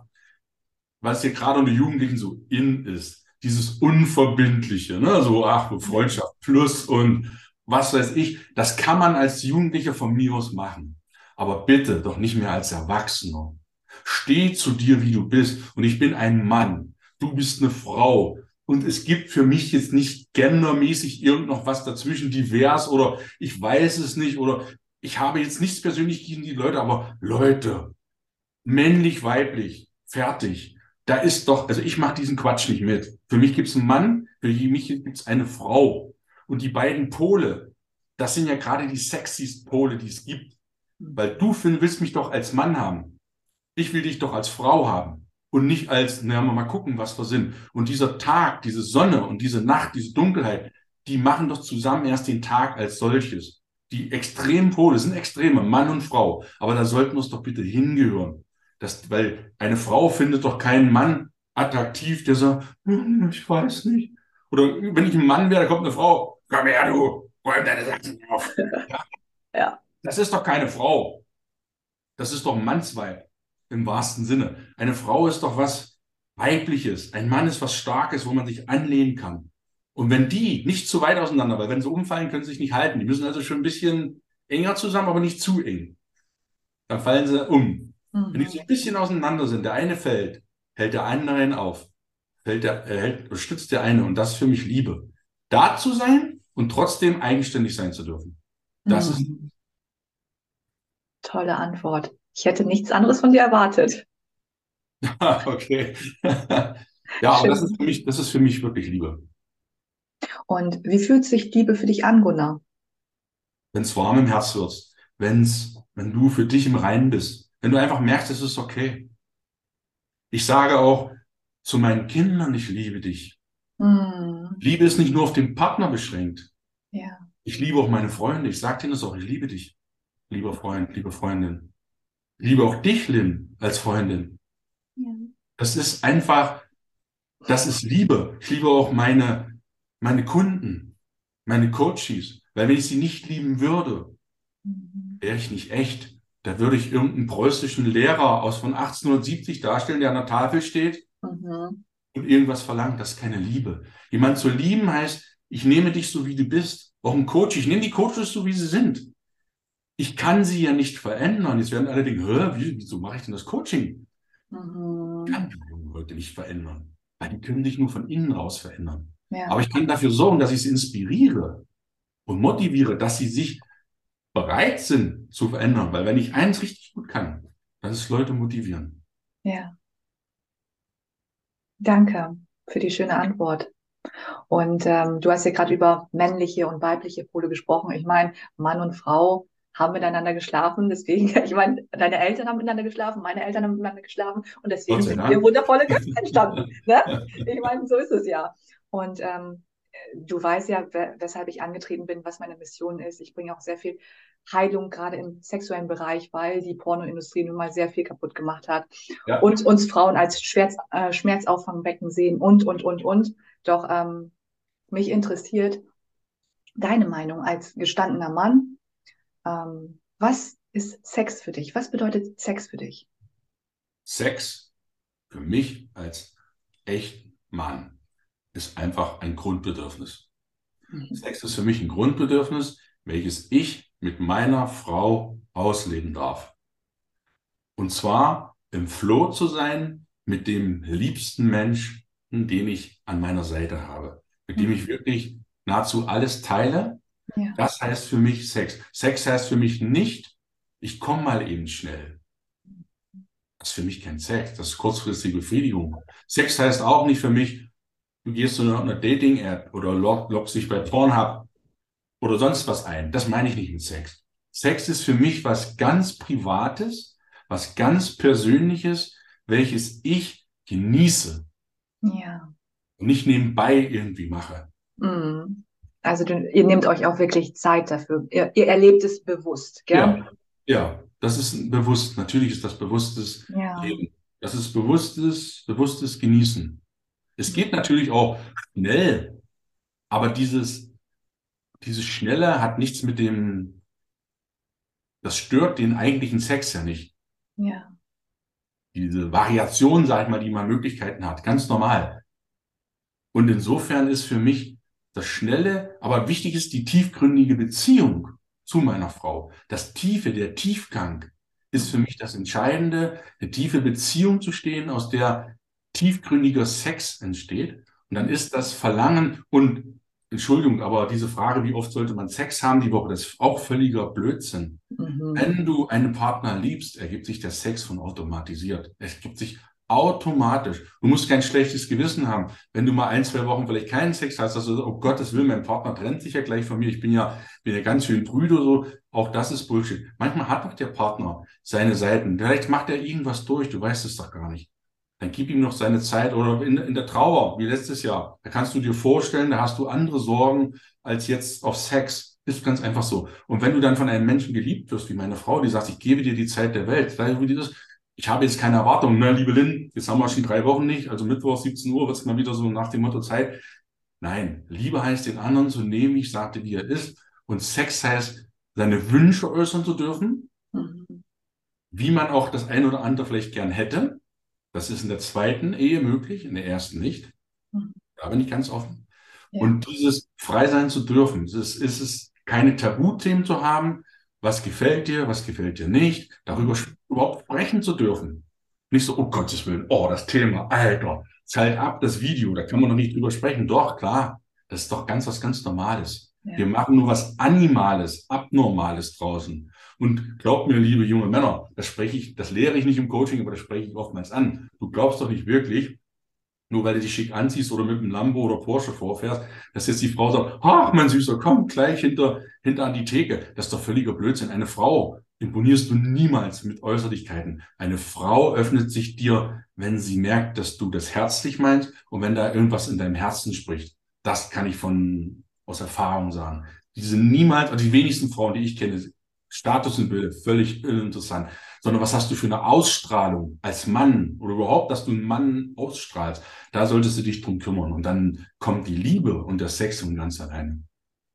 weil es hier gerade unter Jugendlichen so in ist, dieses Unverbindliche, ne? So, ach, Freundschaft plus und was weiß ich, das kann man als Jugendlicher von mir aus machen. Aber bitte doch nicht mehr als Erwachsener. Steh zu dir, wie du bist. Und ich bin ein Mann. Du bist eine Frau. Und es gibt für mich jetzt nicht gendermäßig irgend noch was dazwischen, divers oder ich weiß es nicht oder ich habe jetzt nichts persönlich gegen die Leute, aber Leute, männlich, weiblich, fertig. Da ist doch, also ich mache diesen Quatsch nicht mit. Für mich gibt es einen Mann, für mich gibt es eine Frau. Und die beiden Pole, das sind ja gerade die sexiest Pole, die es gibt. Weil du Finn, willst mich doch als Mann haben. Ich will dich doch als Frau haben. Und nicht als, na, mal gucken, was wir sind. Und dieser Tag, diese Sonne und diese Nacht, diese Dunkelheit, die machen doch zusammen erst den Tag als solches. Die extremen Pole sind Extreme, Mann und Frau. Aber da sollten wir es doch bitte hingehören. Das, weil eine Frau findet doch keinen Mann attraktiv, der sagt, hm, ich weiß nicht. Oder wenn ich ein Mann wäre, da kommt eine Frau, komm her, du, räum deine Sachen auf. Ja. Ja. Das ist doch keine Frau. Das ist doch ein Mannsweib im wahrsten Sinne. Eine Frau ist doch was Weibliches. Ein Mann ist was Starkes, wo man sich anlehnen kann. Und wenn die nicht zu weit auseinander, weil wenn sie umfallen, können sie sich nicht halten. Die müssen also schon ein bisschen enger zusammen, aber nicht zu eng. Dann fallen sie um. Wenn die so ein Mhm. bisschen auseinander sind, der eine fällt, hält der andere ihn auf. Fällt der, äh, hält, stützt der eine. Und das ist für mich Liebe. Da zu sein und trotzdem eigenständig sein zu dürfen. Das ist, Mhm. Tolle Antwort. Ich hätte nichts anderes von dir erwartet. okay. Ja, aber das ist Schön. für mich, das ist für mich wirklich Liebe. Und wie fühlt sich Liebe für dich an, Gunnar? Wenn es warm im Herz wird, wenn's, wenn du für dich im Reinen bist, wenn du einfach merkst, es ist okay. Ich sage auch zu meinen Kindern, ich liebe dich. Mhm. Liebe ist nicht nur auf den Partner beschränkt. Ja. Ich liebe auch meine Freunde. Ich sage denen das auch, ich liebe dich, lieber Freund, liebe Freundin. Ich liebe auch dich, Lynn, als Freundin. Ja. Das ist einfach, das ist Liebe. Ich liebe auch meine, meine Kunden, meine Coaches. Weil wenn ich sie nicht lieben würde, Mhm. wäre ich nicht echt. Da würde ich irgendeinen preußischen Lehrer aus von achtzehnhundertsiebzig darstellen, der an der Tafel steht Mhm. und irgendwas verlangt. Das ist keine Liebe. Jemand zu lieben heißt, ich nehme dich so, wie du bist. Auch ein Coach, ich nehme die Coaches so, wie sie sind. Ich kann sie ja nicht verändern. Jetzt werden alle denken, hä, wie, wieso mache ich denn das Coaching? Ich kann Mhm. die jungen Leute nicht verändern. Weil die können sich nur von innen raus verändern. Ja. Aber ich kann dafür sorgen, dass ich sie inspiriere und motiviere, dass sie sich bereit sind zu verändern. Weil wenn ich eins richtig gut kann, dann ist Leute motivieren. Ja. Danke für die schöne Antwort. Und ähm, du hast ja gerade über männliche und weibliche Pole gesprochen. Ich meine, Mann und Frau haben miteinander geschlafen. Deswegen, ich meine, deine Eltern haben miteinander geschlafen, meine Eltern haben miteinander geschlafen. Und Gott deswegen sei sind wir Dank. wundervolle Götter entstanden. Ne? Ich meine, so ist es ja. Und ähm, du weißt ja, we- weshalb ich angetreten bin, was meine Mission ist. Ich bringe auch sehr viel Heilung gerade im sexuellen Bereich, weil die Pornoindustrie nun mal sehr viel kaputt gemacht hat Ja, und uns Frauen als Schmerz, äh, Schmerzauffangbecken sehen und, und, und, und. Doch ähm, mich interessiert deine Meinung als gestandener Mann. Ähm, was ist Sex für dich? Was bedeutet Sex für dich? Sex für mich als echt Mann ist einfach ein Grundbedürfnis. Mhm. Sex ist für mich ein Grundbedürfnis, welches ich mit meiner Frau ausleben darf. Und zwar im Flow zu sein mit dem liebsten Menschen, den ich an meiner Seite habe, mit dem ich Mhm. wirklich nahezu alles teile. Ja. Das heißt für mich Sex. Sex heißt für mich nicht, ich komme mal eben schnell. Das ist für mich kein Sex, das ist kurzfristige Befriedigung. Sex heißt auch nicht für mich, du gehst zu einer, einer Dating-App oder log, loggst dich bei Pornhub oder sonst was ein. Das meine ich nicht mit Sex. Sex ist für mich was ganz Privates, was ganz Persönliches, welches ich genieße Ja. und nicht nebenbei irgendwie mache. Mhm. Also du, ihr nehmt euch auch wirklich Zeit dafür. Ihr, ihr erlebt es bewusst, gell? Ja, ja, das ist ein bewusst, natürlich ist das bewusstes Ja. Leben. Das ist bewusstes, bewusstes Genießen. Es geht natürlich auch schnell, aber dieses, dieses Schnelle hat nichts mit dem, das stört den eigentlichen Sex ja nicht. Ja. Diese Variation, sag ich mal, die man Möglichkeiten hat, ganz normal. Und insofern ist für mich das Schnelle, aber wichtig ist die tiefgründige Beziehung zu meiner Frau. Das Tiefe, der Tiefgang ist für mich das Entscheidende, eine tiefe Beziehung zu stehen, aus der tiefgründiger Sex entsteht. Und dann ist das Verlangen und Entschuldigung, aber diese Frage, wie oft sollte man Sex haben die Woche, das ist auch völliger Blödsinn. Mhm. Wenn du einen Partner liebst, ergibt sich der Sex von automatisiert. Es ergibt sich automatisch. Du musst kein schlechtes Gewissen haben. Wenn du mal ein, zwei Wochen vielleicht keinen Sex hast, dass du sagst, oh Gottes Willen, mein Partner trennt sich ja gleich von mir. Ich bin ja, bin ja ganz schön brüde oder so. Auch das ist Bullshit. Manchmal hat doch der Partner seine Seiten. Vielleicht macht er irgendwas durch. Du weißt es doch gar nicht. Dann gib ihm noch seine Zeit oder in, in der Trauer, wie letztes Jahr. Da kannst du dir vorstellen, da hast du andere Sorgen als jetzt auf Sex. Ist ganz einfach so. Und wenn du dann von einem Menschen geliebt wirst, wie meine Frau, die sagt, ich gebe dir die Zeit der Welt, weißt du, wie die das? Ich habe jetzt keine Erwartungen, ne, liebe Lynn, jetzt haben wir schon drei Wochen nicht, also Mittwoch siebzehn Uhr wird es mal wieder so nach dem Motto Zeit. Nein, Liebe heißt, den anderen zu nehmen, ich sagte, wie er ist. Und Sex heißt, seine Wünsche äußern zu dürfen, Mhm. wie man auch das ein oder andere vielleicht gern hätte. Das ist in der zweiten Ehe möglich, in der ersten nicht. Mhm. Da bin ich ganz offen. Ja. Und dieses frei sein zu dürfen, es ist, ist es keine Tabuthemen zu haben, was gefällt dir, was gefällt dir nicht, darüber sch- überhaupt sprechen zu dürfen. Nicht so, oh Gottes Willen, oh, das Thema, Alter, zahlt ab das Video, da kann man doch nicht drüber sprechen. Doch, klar, das ist doch ganz was ganz Normales. Wir Ja. machen nur was Animales, Abnormales draußen. Und glaub mir, liebe junge Männer, das spreche ich, das lehre ich nicht im Coaching, aber das spreche ich oftmals an. Du glaubst doch nicht wirklich, nur weil du dich schick anziehst oder mit einem Lambo oder Porsche vorfährst, dass jetzt die Frau sagt, ach, mein Süßer, komm gleich hinter, hinter an die Theke. Das ist doch völliger Blödsinn. Eine Frau imponierst du niemals mit Äußerlichkeiten. Eine Frau öffnet sich dir, wenn sie merkt, dass du das herzlich meinst und wenn da irgendwas in deinem Herzen spricht. Das kann ich von, aus Erfahrung sagen. Die sind niemals, also die wenigsten Frauen, die ich kenne, Statussymbole, völlig uninteressant, sondern was hast du für eine Ausstrahlung als Mann oder überhaupt, dass du einen Mann ausstrahlst. Da solltest du dich drum kümmern. Und dann kommt die Liebe und der Sex von ganz alleine.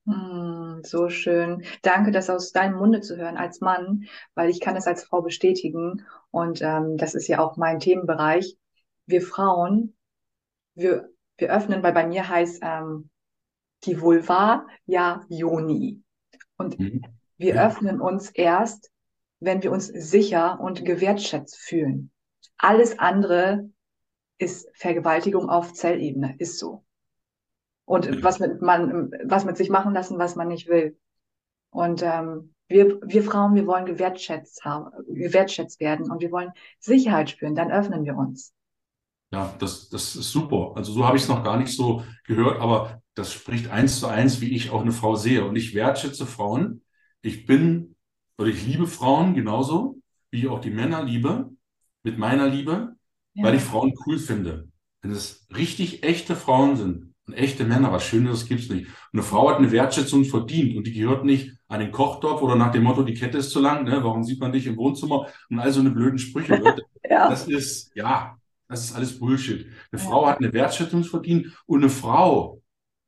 Hm, so schön. Danke, das aus deinem Munde zu hören als Mann, weil ich kann es als Frau bestätigen. Und ähm, das ist ja auch mein Themenbereich. Wir Frauen, wir, wir öffnen, weil bei mir heißt ähm, die Vulva ja Yoni. Und Mhm. wir Ja. öffnen uns erst, wenn wir uns sicher und gewertschätzt fühlen. Alles andere ist Vergewaltigung auf Zellebene, ist so. Und was mit man, was mit sich machen lassen, was man nicht will. Und ähm, wir, wir Frauen, wir wollen gewertschätzt haben, gewertschätzt werden und wir wollen Sicherheit spüren. Dann öffnen wir uns. Ja, das, das ist super. Also so habe ich es noch gar nicht so gehört, aber das spricht eins zu eins, wie ich auch eine Frau sehe. Und ich wertschätze Frauen. Ich bin, oder ich liebe Frauen genauso, wie ich auch die Männer liebe, mit meiner Liebe, weil ich Ja. Frauen cool finde. Wenn es richtig echte Frauen sind und echte Männer, was Schöneres gibt's nicht. Und eine Frau hat eine Wertschätzung verdient und die gehört nicht an den Kochtopf oder nach dem Motto, die Kette ist zu lang, ne? Warum sieht man dich im Wohnzimmer und all so eine blöden Sprüche. Ja. Das ist, ja. Das ist alles Bullshit. Eine Ja. Frau hat eine Wertschätzung verdient und eine Frau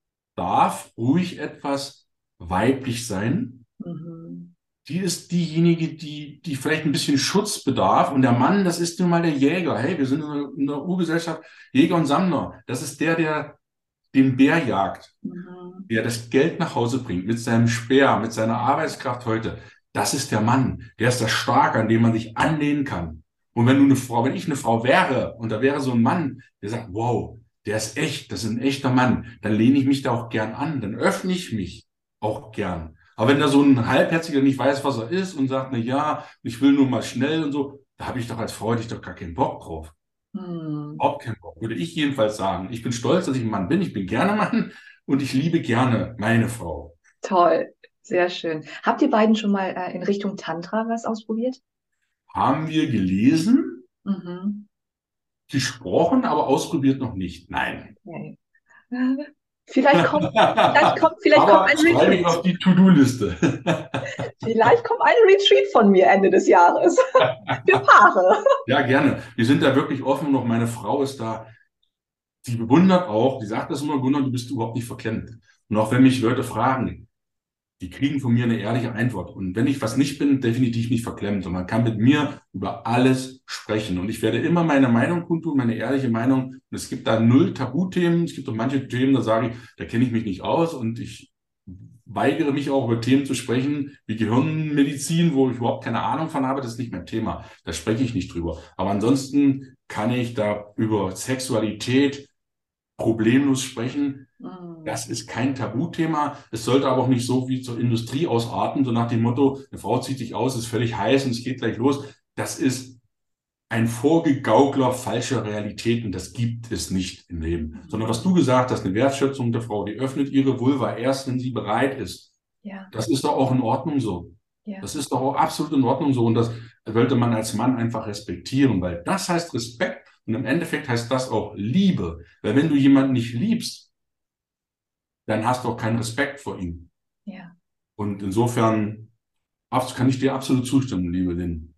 darf ruhig etwas weiblich sein. Mhm. Die ist diejenige, die, die vielleicht ein bisschen Schutz bedarf. Und der Mann, das ist nun mal der Jäger. Hey, wir sind in einer, in einer Urgesellschaft Jäger und Sammler. Das ist der, der den Bär jagt, Mhm. der das Geld nach Hause bringt mit seinem Speer, mit seiner Arbeitskraft heute. Das ist der Mann. Der ist das Starke, an dem man sich anlehnen kann. Und wenn du eine Frau, wenn ich eine Frau wäre und da wäre so ein Mann, der sagt, wow, der ist echt, das ist ein echter Mann, dann lehne ich mich da auch gern an, dann öffne ich mich auch gern. Aber wenn da so ein Halbherziger nicht weiß, was er ist und sagt, na ja, ich will nur mal schnell und so, da habe ich doch als Frau hätte ich doch gar keinen Bock drauf. Mhm. Überhaupt keinen Bock, würde ich jedenfalls sagen. Ich bin stolz, dass ich ein Mann bin, ich bin gerne Mann und ich liebe gerne meine Frau. Toll. Sehr schön. Habt ihr beiden schon mal äh, in Richtung Tantra was ausprobiert? Haben wir gelesen, Mhm. gesprochen, aber ausprobiert noch nicht. Nein. Okay. Äh, Vielleicht kommt, vielleicht kommt, vielleicht kommt Aber ein schreibe ich Retreat. auf die To-Do-Liste. Vielleicht kommt ein Retreat von mir Ende des Jahres. Für Paare. Ja, gerne. Wir sind da wirklich offen. Noch meine Frau ist da. Die bewundert auch. Die sagt das immer, Gunnar, du bist überhaupt nicht verklemmt. Und auch wenn mich Leute fragen, die kriegen von mir eine ehrliche Antwort. Und wenn ich was nicht bin, definitiv nicht verklemmt. Und man kann mit mir über alles sprechen. Und ich werde immer meine Meinung kundtun, meine ehrliche Meinung. Und es gibt da null Tabuthemen. Es gibt auch manche Themen, da sage ich, da kenne ich mich nicht aus. Und ich weigere mich auch über Themen zu sprechen, wie Gehirnmedizin, wo ich überhaupt keine Ahnung von habe. Das ist nicht mein Thema. Da spreche ich nicht drüber. Aber ansonsten kann ich da über Sexualität problemlos sprechen. Mhm. Das ist kein Tabuthema. Es sollte aber auch nicht so wie zur Industrie ausarten, so nach dem Motto, eine Frau zieht sich aus, ist völlig heiß und es geht gleich los. Das ist ein Vorgegaukler falscher Realitäten. Das gibt es nicht im Leben. Sondern was du gesagt hast, eine Wertschätzung der Frau, die öffnet ihre Vulva erst, wenn sie bereit ist. Ja, Das ist doch auch in Ordnung so. ja. Das ist doch auch absolut in Ordnung so. Und das sollte man als Mann einfach respektieren, weil das heißt Respekt und im Endeffekt heißt das auch Liebe. Weil wenn du jemanden nicht liebst, dann hast du auch keinen Respekt vor ihm. Ja. Und insofern abs- kann ich dir absolut zustimmen, liebe Lynn.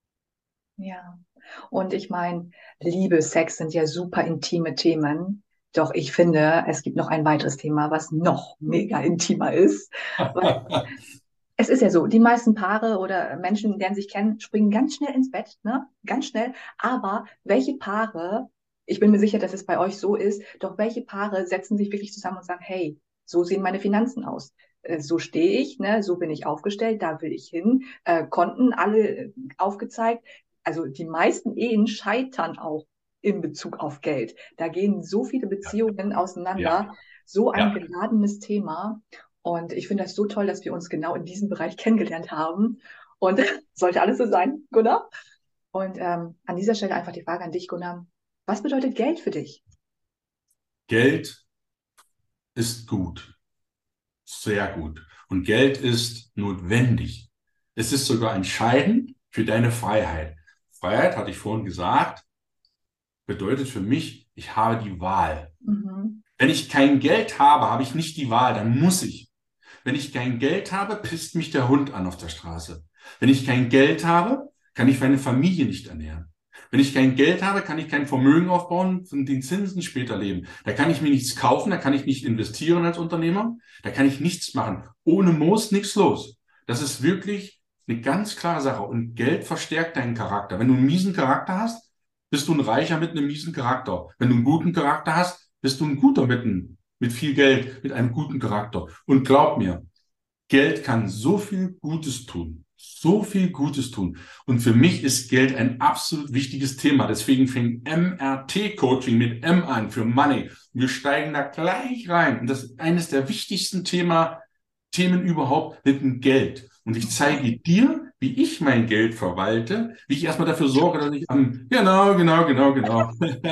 Ja. Und ich meine, Liebe, Sex sind ja super intime Themen. Doch ich finde, es gibt noch ein weiteres Thema, was noch mega intimer ist. Weil es ist ja so, die meisten Paare oder Menschen, die lernen sich kennen, springen ganz schnell ins Bett, ne? Ganz schnell. Aber welche Paare ich bin mir sicher, dass es bei euch so ist. Doch welche Paare setzen sich wirklich zusammen und sagen, hey, so sehen meine Finanzen aus. Äh, So stehe ich, ne? So bin ich aufgestellt, da will ich hin. Äh, Konten alle äh, aufgezeigt. Also die meisten Ehen scheitern auch in Bezug auf Geld. Da gehen so viele Beziehungen auseinander. Ja, So ein ja. geladenes Thema. Und ich finde das so toll, dass wir uns genau in diesem Bereich kennengelernt haben. Und sollte alles so sein, Gunnar? Und ähm, an dieser Stelle einfach die Frage an dich, Gunnar. Was bedeutet Geld für dich? Geld ist gut, sehr gut. Und Geld ist notwendig. Es ist sogar entscheidend für deine Freiheit. Freiheit, hatte ich vorhin gesagt, bedeutet für mich, ich habe die Wahl. Mhm. Wenn ich kein Geld habe, habe ich nicht die Wahl, dann muss ich. Wenn ich kein Geld habe, pisst mich der Hund an auf der Straße. Wenn ich kein Geld habe, kann ich meine Familie nicht ernähren. Wenn ich kein Geld habe, kann ich kein Vermögen aufbauen und den Zinsen später leben. Da kann ich mir nichts kaufen, da kann ich nicht investieren als Unternehmer, da kann ich nichts machen. Ohne Moos nichts los. Das ist wirklich eine ganz klare Sache. Und Geld verstärkt deinen Charakter. Wenn du einen miesen Charakter hast, bist du ein Reicher mit einem miesen Charakter. Wenn du einen guten Charakter hast, bist du ein guter mit, einem, mit viel Geld, mit einem guten Charakter. Und glaub mir, Geld kann so viel Gutes tun. So viel Gutes tun. Und für mich ist Geld ein absolut wichtiges Thema. Deswegen fängt M R T-Coaching mit M an für Money. Und wir steigen da gleich rein. Und das ist eines der wichtigsten Thema, Themen überhaupt mit dem Geld. Und ich zeige dir, wie ich mein Geld verwalte, wie ich erstmal dafür sorge, dass ich am, genau, genau, genau, genau.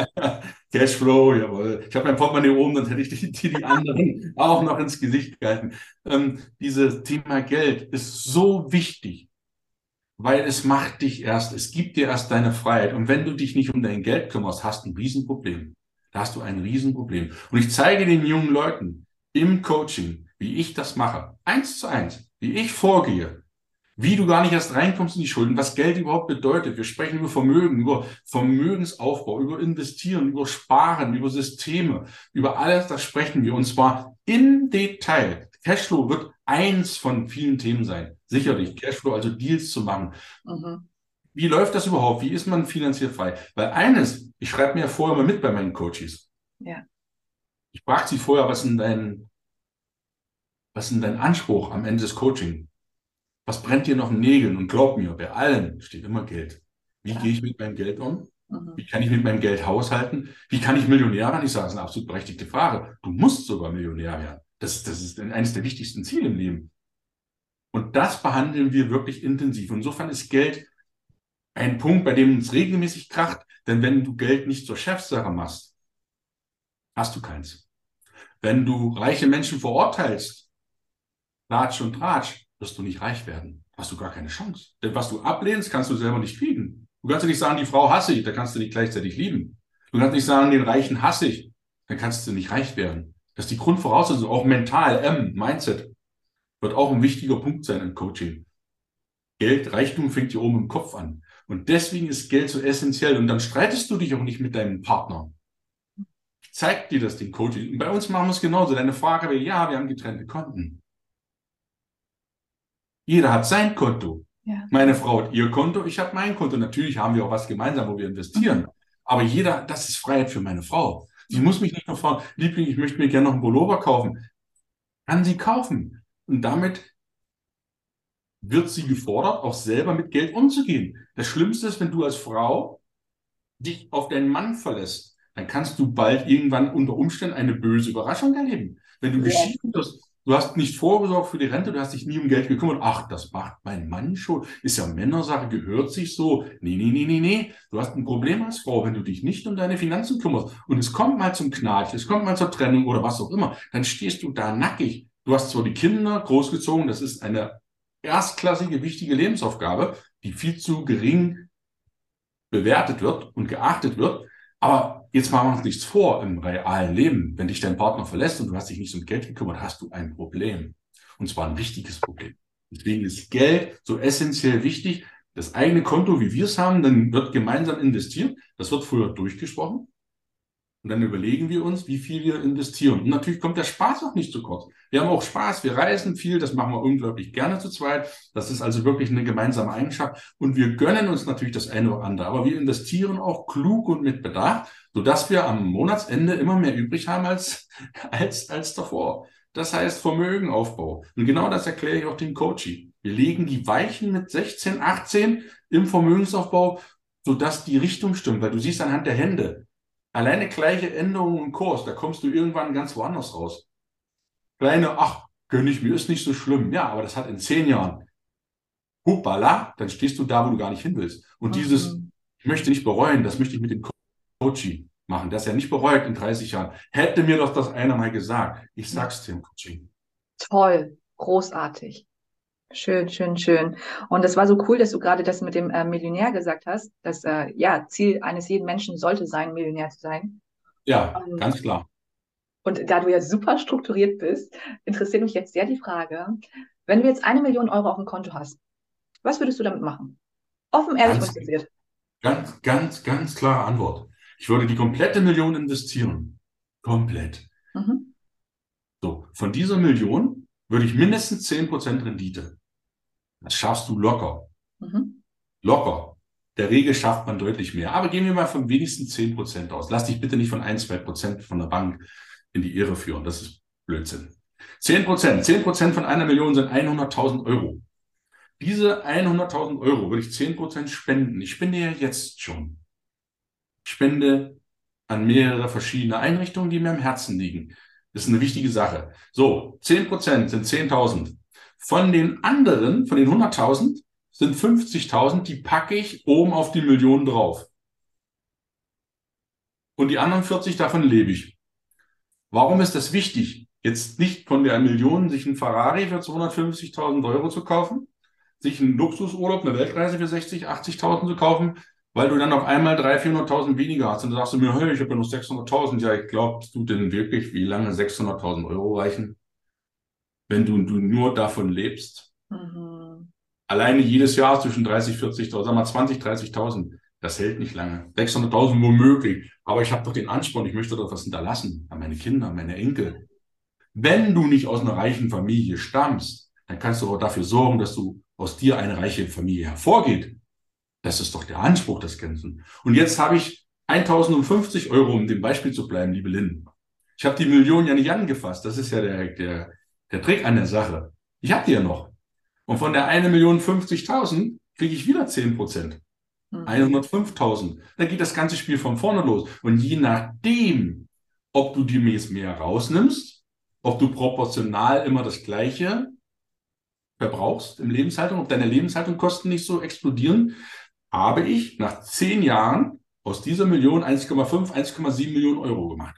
Cashflow, jawohl. Ich habe mein Portemonnaie oben, dann hätte ich die, die, die anderen auch noch ins Gesicht gehalten. Ähm, dieses Thema Geld ist so wichtig, weil es macht dich erst, es gibt dir erst deine Freiheit. Und wenn du dich nicht um dein Geld kümmerst, hast du ein Riesenproblem. Da hast du ein Riesenproblem. Und ich zeige den jungen Leuten im Coaching, wie ich das mache, eins zu eins, wie ich vorgehe, wie du gar nicht erst reinkommst in die Schulden, was Geld überhaupt bedeutet. Wir sprechen über Vermögen, über Vermögensaufbau, über Investieren, über Sparen, über Systeme, über alles, das sprechen wir. Und zwar im Detail. Cashflow wird eins von vielen Themen sein. Sicherlich, Cashflow, also Deals zu machen. Mhm. Wie läuft das überhaupt? Wie ist man finanziell frei? Weil eines, ich schreibe mir ja vorher mal mit bei meinen Coaches. Ja. Ich frage sie vorher, was ist denn dein, was ist denn dein Anspruch am Ende des Coachings? Was brennt dir noch in den Nägeln? Und glaub mir, bei allen steht immer Geld. Wie Ja. gehe ich mit meinem Geld um? Mhm. Wie kann ich mit meinem Geld haushalten? Wie kann ich Millionär werden? Ich sage, das ist eine absolut berechtigte Frage. Du musst sogar Millionär werden. Das, das ist eines der wichtigsten Ziele im Leben. Und das behandeln wir wirklich intensiv. Insofern ist Geld ein Punkt, bei dem es regelmäßig kracht. Denn wenn du Geld nicht zur Chefsache machst, hast du keins. Wenn du reiche Menschen verurteilst, Latsch und Tratsch, wirst du nicht reich werden. Hast du gar keine Chance. Denn was du ablehnst, kannst du selber nicht kriegen. Du kannst ja nicht sagen, die Frau hasse ich, da kannst du nicht gleichzeitig lieben. Du kannst nicht sagen, den Reichen hasse ich, dann kannst du nicht reich werden. Das ist die Grundvoraussetzung, auch mental, M, Mindset, wird auch ein wichtiger Punkt sein im Coaching. Geld, Reichtum fängt hier oben im Kopf an. Und deswegen ist Geld so essentiell. Und dann streitest du dich auch nicht mit deinem Partner. Ich zeig dir das, den Coaching. Und bei uns machen wir es genauso. Deine Frage wäre, ja, wir haben getrennte Konten. Jeder hat sein Konto. Ja. Meine Frau hat ihr Konto, ich habe mein Konto. Natürlich haben wir auch was gemeinsam, wo wir investieren. Aber jeder, das ist Freiheit für meine Frau. Sie muss mich nicht nur fragen, Liebling, ich möchte mir gerne noch einen Pullover kaufen. Kann sie kaufen. Und damit wird sie gefordert, auch selber mit Geld umzugehen. Das Schlimmste ist, wenn du als Frau dich auf deinen Mann verlässt, dann kannst du bald irgendwann unter Umständen eine böse Überraschung erleben. Wenn du Ja. geschieden wirst, du hast nicht vorgesorgt für die Rente, du hast dich nie um Geld gekümmert. Ach, das macht mein Mann schon. Ist ja Männersache, gehört sich so. Nee, nee, nee, nee, nee. Du hast ein Problem als Frau, wenn du dich nicht um deine Finanzen kümmerst. Und es kommt mal zum Knatsch, es kommt mal zur Trennung oder was auch immer. Dann stehst du da nackig. Du hast zwar die Kinder großgezogen, das ist eine erstklassige, wichtige Lebensaufgabe, die viel zu gering bewertet wird und geachtet wird. Aber jetzt machen wir uns nichts vor im realen Leben. Wenn dich dein Partner verlässt und du hast dich nicht um Geld gekümmert, hast du ein Problem. Und zwar ein richtiges Problem. Deswegen ist Geld so essentiell wichtig. Das eigene Konto, wie wir es haben, dann wird gemeinsam investiert. Das wird früher durchgesprochen. Und dann überlegen wir uns, wie viel wir investieren. Und natürlich kommt der Spaß auch nicht zu kurz. Wir haben auch Spaß, wir reisen viel, das machen wir unglaublich gerne zu zweit. Das ist also wirklich eine gemeinsame Eigenschaft. Und wir gönnen uns natürlich das eine oder andere. Aber wir investieren auch klug und mit Bedacht, sodass wir am Monatsende immer mehr übrig haben als, als, als davor. Das heißt Vermögenaufbau. Und genau das erkläre ich auch dem Coaching. Wir legen die Weichen mit sechzehn, achtzehn im Vermögensaufbau, sodass die Richtung stimmt. Weil du siehst anhand der Hände, alleine gleiche Änderungen im Kurs, da kommst du irgendwann ganz woanders raus. Kleine, ach, gönn ich mir, ist nicht so schlimm. Ja, aber das hat in zehn Jahren, hoppala, dann stehst du da, wo du gar nicht hin willst. Und Mhm. dieses, ich möchte nicht bereuen, das möchte ich mit dem Coaching machen, dass er nicht bereut in dreißig Jahren. Hätte mir doch das einer mal gesagt. Ich sag's dir im Coaching. Toll, großartig. Schön, schön, schön. Und es war so cool, dass du gerade das mit dem äh, Millionär gesagt hast, dass äh, ja, Ziel eines jeden Menschen sollte sein, Millionär zu sein. Ja, Ähm, ganz klar. und da du ja super strukturiert bist, interessiert mich jetzt sehr die Frage, wenn du jetzt eine Million Euro auf dem Konto hast, was würdest du damit machen? Offen, ehrlich und Ganz, zensiert. ganz, ganz, ganz klare Antwort. Ich würde die komplette Million investieren. Komplett. Mhm. So, von dieser Million würde ich mindestens zehn Prozent Rendite. Das schaffst du locker. Mhm. Locker. Der Regel schafft man deutlich mehr. Aber gehen wir mal von wenigstens zehn Prozent aus. Lass dich bitte nicht von ein, zwei Prozent von der Bank in die Irre führen. Das ist Blödsinn. zehn Prozent. zehn Prozent von einer Million sind hunderttausend Euro. Diese hunderttausend Euro würde ich zehn Prozent spenden. Ich spende ja jetzt schon. Ich spende an mehrere verschiedene Einrichtungen, die mir am Herzen liegen. Das ist eine wichtige Sache. So, zehn Prozent sind zehntausend. Von den anderen, von den hunderttausend, sind fünfzigtausend, die packe ich oben auf die Million drauf. Und die anderen vierzig, davon lebe ich. Warum ist das wichtig? Jetzt nicht von der Million, sich einen Ferrari für zweihundertfünfzigtausend Euro zu kaufen, sich einen Luxusurlaub, eine Weltreise für sechzig, achtzigtausend zu kaufen, weil du dann auf einmal dreihunderttausend, vierhunderttausend weniger hast. Und dann sagst du mir, hey, ich habe ja noch sechshunderttausend. Ja, glaubst du denn wirklich, wie lange sechshunderttausend Euro reichen, wenn du, du nur davon lebst? Mhm. Alleine jedes Jahr zwischen dreißig, vierzigtausend, sagen wir zwanzig, dreißigtausend. Das hält nicht lange. sechshunderttausend womöglich. Aber ich habe doch den Ansporn, ich möchte doch was hinterlassen an meine Kinder, an meine Enkel. Wenn du nicht aus einer reichen Familie stammst, dann kannst du auch dafür sorgen, dass du aus dir eine reiche Familie hervorgeht. Das ist doch der Anspruch des Ganzen. Und jetzt habe ich tausendfünfzig Euro, um dem Beispiel zu bleiben, liebe Lynn. Ich habe die Million ja nicht angefasst. Das ist ja der, der, der Trick an der Sache. Ich habe die ja noch. Und von der eine Million fünfzigtausend kriege ich wieder zehn Prozent. Mhm. hundertfünftausend. Dann geht das ganze Spiel von vorne los. Und je nachdem, ob du dir mehr rausnimmst, ob du proportional immer das Gleiche verbrauchst im Lebenshaltung, ob deine Lebenshaltungskosten nicht so explodieren, habe ich nach zehn Jahren aus dieser Million eins Komma fünf, eins Komma sieben Millionen Euro gemacht.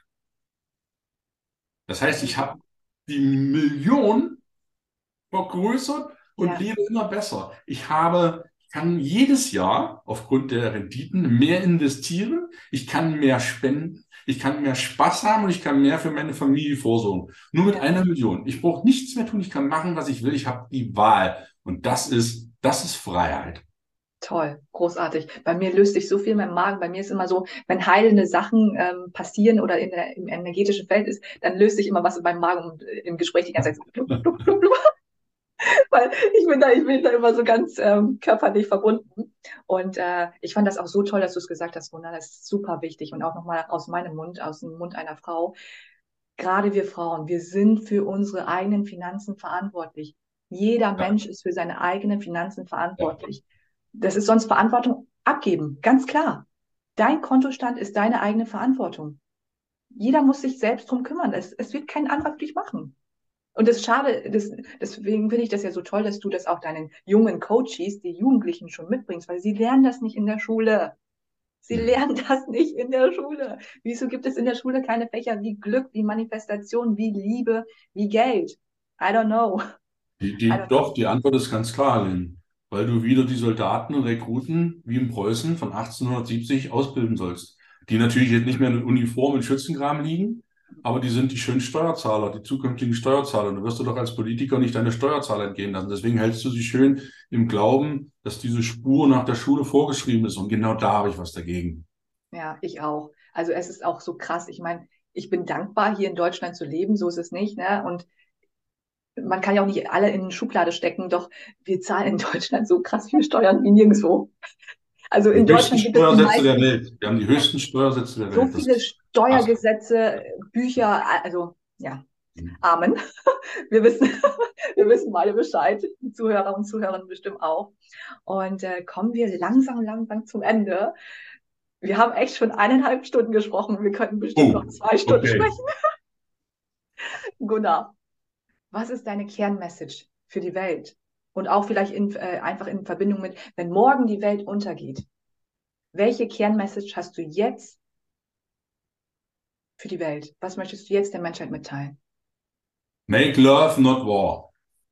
Das heißt, ich habe die Million vergrößert und Ja. lebe immer besser. Ich habe, kann jedes Jahr aufgrund der Renditen mehr investieren, ich kann mehr spenden, ich kann mehr Spaß haben und ich kann mehr für meine Familie vorsorgen. Nur mit Ja. einer Million. Ich brauche nichts mehr tun, ich kann machen, was ich will, ich habe die Wahl. Und das ist, das ist Freiheit. Toll, großartig. Bei mir löst sich so viel mit dem Magen. Bei mir ist immer so, wenn heilende Sachen ähm, passieren oder in der, im energetischen Feld ist, dann löst sich immer was in meinem Magen und äh, im Gespräch die ganze Zeit so blub, blub, blub, blub. Weil ich bin da, ich bin da immer so ganz ähm, körperlich verbunden. Und äh, ich fand das auch so toll, dass du es gesagt hast, Mona. Das ist super wichtig. Und auch nochmal aus meinem Mund, aus dem Mund einer Frau. Gerade wir Frauen, wir sind für unsere eigenen Finanzen verantwortlich. Jeder Ja. Mensch ist für seine eigenen Finanzen verantwortlich. Das ist sonst Verantwortung abgeben, ganz klar. Dein Kontostand ist deine eigene Verantwortung. Jeder muss sich selbst drum kümmern. Es, es wird kein anderer für dich machen. Und das ist schade, das, deswegen finde ich das ja so toll, dass du das auch deinen jungen Coaches, die Jugendlichen schon mitbringst, weil sie lernen das nicht in der Schule. Sie Hm. lernen das nicht in der Schule. Wieso gibt es in der Schule keine Fächer wie Glück, wie Manifestation, wie Liebe, wie Geld? I don't know. Die, I die, don't doch, die Antwort ist ganz klar, Lynn. Weil du wieder die Soldaten und Rekruten wie in Preußen von achtzehnhundertsiebzig ausbilden sollst. Die natürlich jetzt nicht mehr in Uniform und Schützengraben liegen, aber die sind die schönen Steuerzahler, die zukünftigen Steuerzahler. Und du wirst du doch als Politiker nicht deine Steuerzahler entgehen lassen. Deswegen hältst du sie schön im Glauben, dass diese Spur nach der Schule vorgeschrieben ist. Und genau da habe ich was dagegen. Ja, ich auch. Also es ist auch so krass. Ich meine, ich bin dankbar, hier in Deutschland zu leben, so ist es nicht, ne? Und man kann ja auch nicht alle in eine Schublade stecken, doch wir zahlen in Deutschland so krass viele Steuern wie nirgendwo. Also in Die höchsten Deutschland gibt es die Steuersätze der meisten, Welt. Wir haben die höchsten Steuersätze der so Welt. Das viele ist krass. Steuergesetze, Bücher, also ja, Amen. Wir wissen, wir wissen beide Bescheid, die Zuhörer und Zuhörerinnen bestimmt auch. Und äh, kommen wir langsam, langsam zum Ende. Wir haben echt schon eineinhalb Stunden gesprochen. Wir könnten bestimmt Oh, noch zwei Stunden okay. sprechen. Gunnar, was ist deine Kernmessage für die Welt? Und auch vielleicht in, äh, einfach in Verbindung mit, wenn morgen die Welt untergeht. Welche Kernmessage hast du jetzt für die Welt? Was möchtest du jetzt der Menschheit mitteilen? Make love, not war.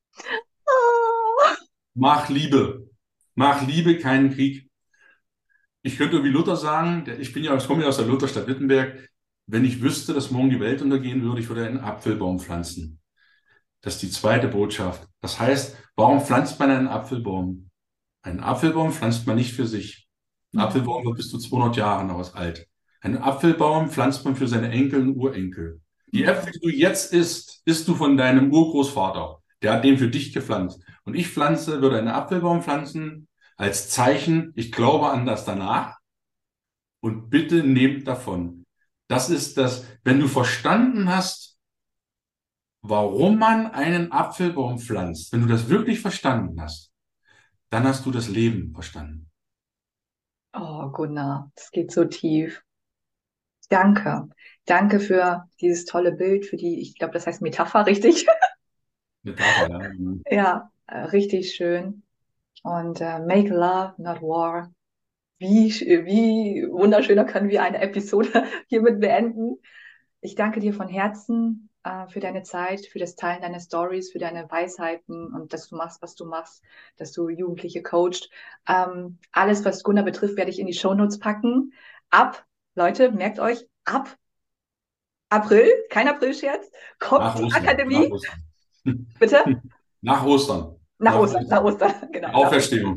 Oh. Mach Liebe. Mach Liebe, keinen Krieg. Ich könnte wie Luther sagen, der- ich bin ja, ich komme ja aus der Lutherstadt Wittenberg, wenn ich wüsste, dass morgen die Welt untergehen würde, ich würde einen Apfelbaum pflanzen. Das ist die zweite Botschaft. Das heißt, warum pflanzt man einen Apfelbaum? Einen Apfelbaum pflanzt man nicht für sich. Ein Apfelbaum wird bis zu zweihundert Jahren aus alt. Einen Apfelbaum pflanzt man für seine Enkel und Urenkel. Die Äpfel, die du jetzt isst, isst du von deinem Urgroßvater. Der hat den für dich gepflanzt. Und ich pflanze, würde einen Apfelbaum pflanzen als Zeichen, ich glaube an das danach. Und bitte nehmt davon. Das ist das, wenn du verstanden hast, warum man einen Apfelbaum pflanzt, wenn du das wirklich verstanden hast, dann hast du das Leben verstanden. Oh, Gunnar, das geht so tief. Danke. Danke für dieses tolle Bild, für die, ich glaube, das heißt Metapher, richtig? Metapher, ja. Ja, äh, richtig schön. Und äh, make love, not war. Wie, sch- wie wunderschöner können wir eine Episode hiermit beenden. Ich danke dir von Herzen äh, für deine Zeit, für das Teilen deiner Stories, für deine Weisheiten und dass du machst, was du machst, dass du Jugendliche coachst. Ähm, alles, was Gunnar betrifft, werde ich in die Shownotes packen. Ab, Leute, merkt euch, ab April, kein April-Scherz, kommt Nach die Ostern. Akademie. Nach Ostern. Bitte? Nach Ostern. Nach Ostern, nach Ostern, genau. nach Auferstehung.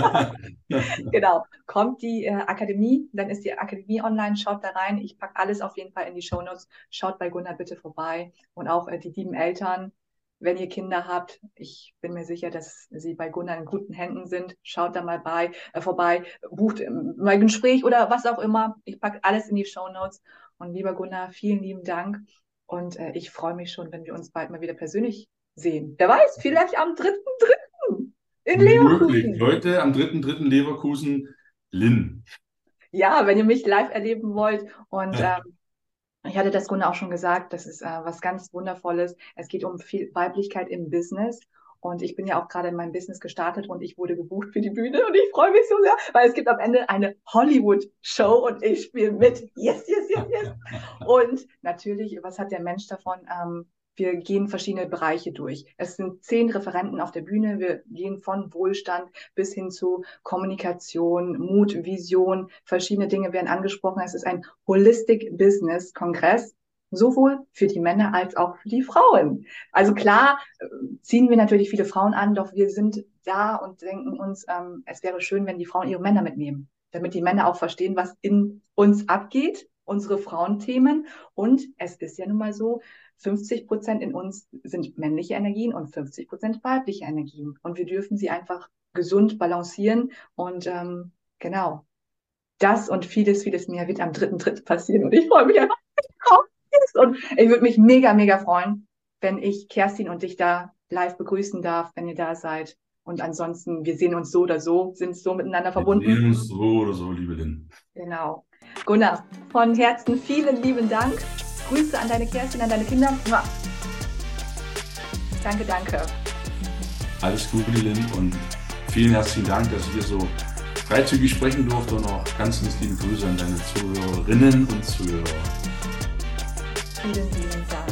Genau, kommt die äh, Akademie, dann ist die Akademie online, schaut da rein. Ich packe alles auf jeden Fall in die Shownotes. Schaut bei Gunnar bitte vorbei. Und auch äh, die lieben Eltern, wenn ihr Kinder habt, ich bin mir sicher, dass sie bei Gunnar in guten Händen sind. Schaut da mal bei, äh, vorbei, bucht ähm, mal ein Gespräch oder was auch immer. Ich packe alles in die Shownotes. Und lieber Gunnar, vielen lieben Dank. Und äh, ich freue mich schon, wenn wir uns bald mal wieder persönlich sehen. Wer weiß, vielleicht am dritten dritten in Möglich. Leverkusen. Leute, am dritten dritten Leverkusen, Lynn. Ja, wenn ihr mich live erleben wollt. Und ähm, ich hatte das Gunnar auch schon gesagt, das ist äh, was ganz Wundervolles. Es geht um viel Weiblichkeit im Business. Und ich bin ja auch gerade in meinem Business gestartet und ich wurde gebucht für die Bühne und ich freue mich so sehr, weil es gibt am Ende eine Hollywood-Show und ich spiele mit. Yes, yes, yes, yes. Und natürlich, was hat der Mensch davon? Ähm, wir gehen verschiedene Bereiche durch. Es sind zehn Referenten auf der Bühne. Wir gehen von Wohlstand bis hin zu Kommunikation, Mut, Vision. Verschiedene Dinge werden angesprochen. Es ist ein Holistic Business Kongress, sowohl für die Männer als auch für die Frauen. Also klar äh, ziehen wir natürlich viele Frauen an, doch wir sind da und denken uns, ähm, es wäre schön, wenn die Frauen ihre Männer mitnehmen, damit die Männer auch verstehen, was in uns abgeht, unsere Frauenthemen. Und es ist ja nun mal so, fünfzig Prozent in uns sind männliche Energien und fünfzig Prozent weibliche Energien. Und wir dürfen sie einfach gesund balancieren. Und ähm, genau, das und vieles, vieles mehr wird am dritten dritten passieren. Und ich freue mich einfach drauf. Und ich würde mich mega, mega freuen, wenn ich Kerstin und dich da live begrüßen darf, wenn ihr da seid. Und ansonsten, wir sehen uns so oder so, sind so miteinander verbunden. Wir sehen uns so oder so, liebe Lynn. Genau. Gunnar, von Herzen vielen lieben Dank. Grüße an deine Kerstin, an deine Kinder. Danke, danke. Alles Gute, Lynn, und vielen herzlichen Dank, dass ich hier so freizügig sprechen durfte, und auch ganz, ganz liebe Grüße an deine Zuhörerinnen und Zuhörer. Vielen lieben Dank.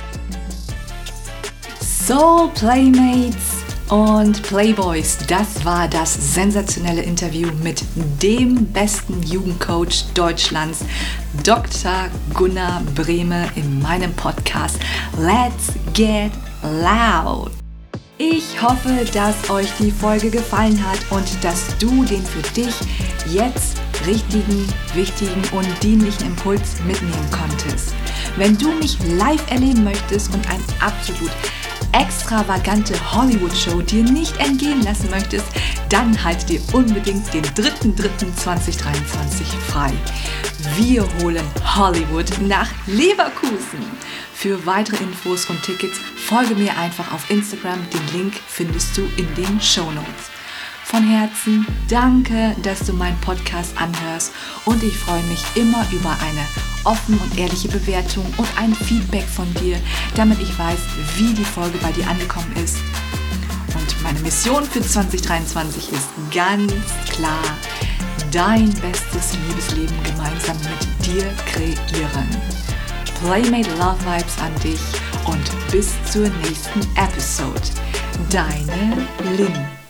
Soul Playmates und Playboys, das war das sensationelle Interview mit dem besten Jugendcoach Deutschlands, Doktor Gunnar Brehme, in meinem Podcast Let's Get Loud. Ich hoffe, dass euch die Folge gefallen hat und dass du den für dich jetzt richtigen, wichtigen und dienlichen Impuls mitnehmen konntest. Wenn du mich live erleben möchtest und eine absolut extravagante Hollywood-Show dir nicht entgehen lassen möchtest, dann halte dir unbedingt den dritter dritter zweitausenddreiundzwanzig frei. Wir holen Hollywood nach Leverkusen. Für weitere Infos und Tickets folge mir einfach auf Instagram. Den Link findest du in den Shownotes. Von Herzen danke, dass du meinen Podcast anhörst und ich freue mich immer über eine offene und ehrliche Bewertung und ein Feedback von dir, damit ich weiß, wie die Folge bei dir angekommen ist. Und meine Mission für zwanzig dreiundzwanzig ist ganz klar, dein bestes Liebesleben gemeinsam mit dir kreieren. Playmate Love Vibes an dich und bis zur nächsten Episode. Deine Lynn.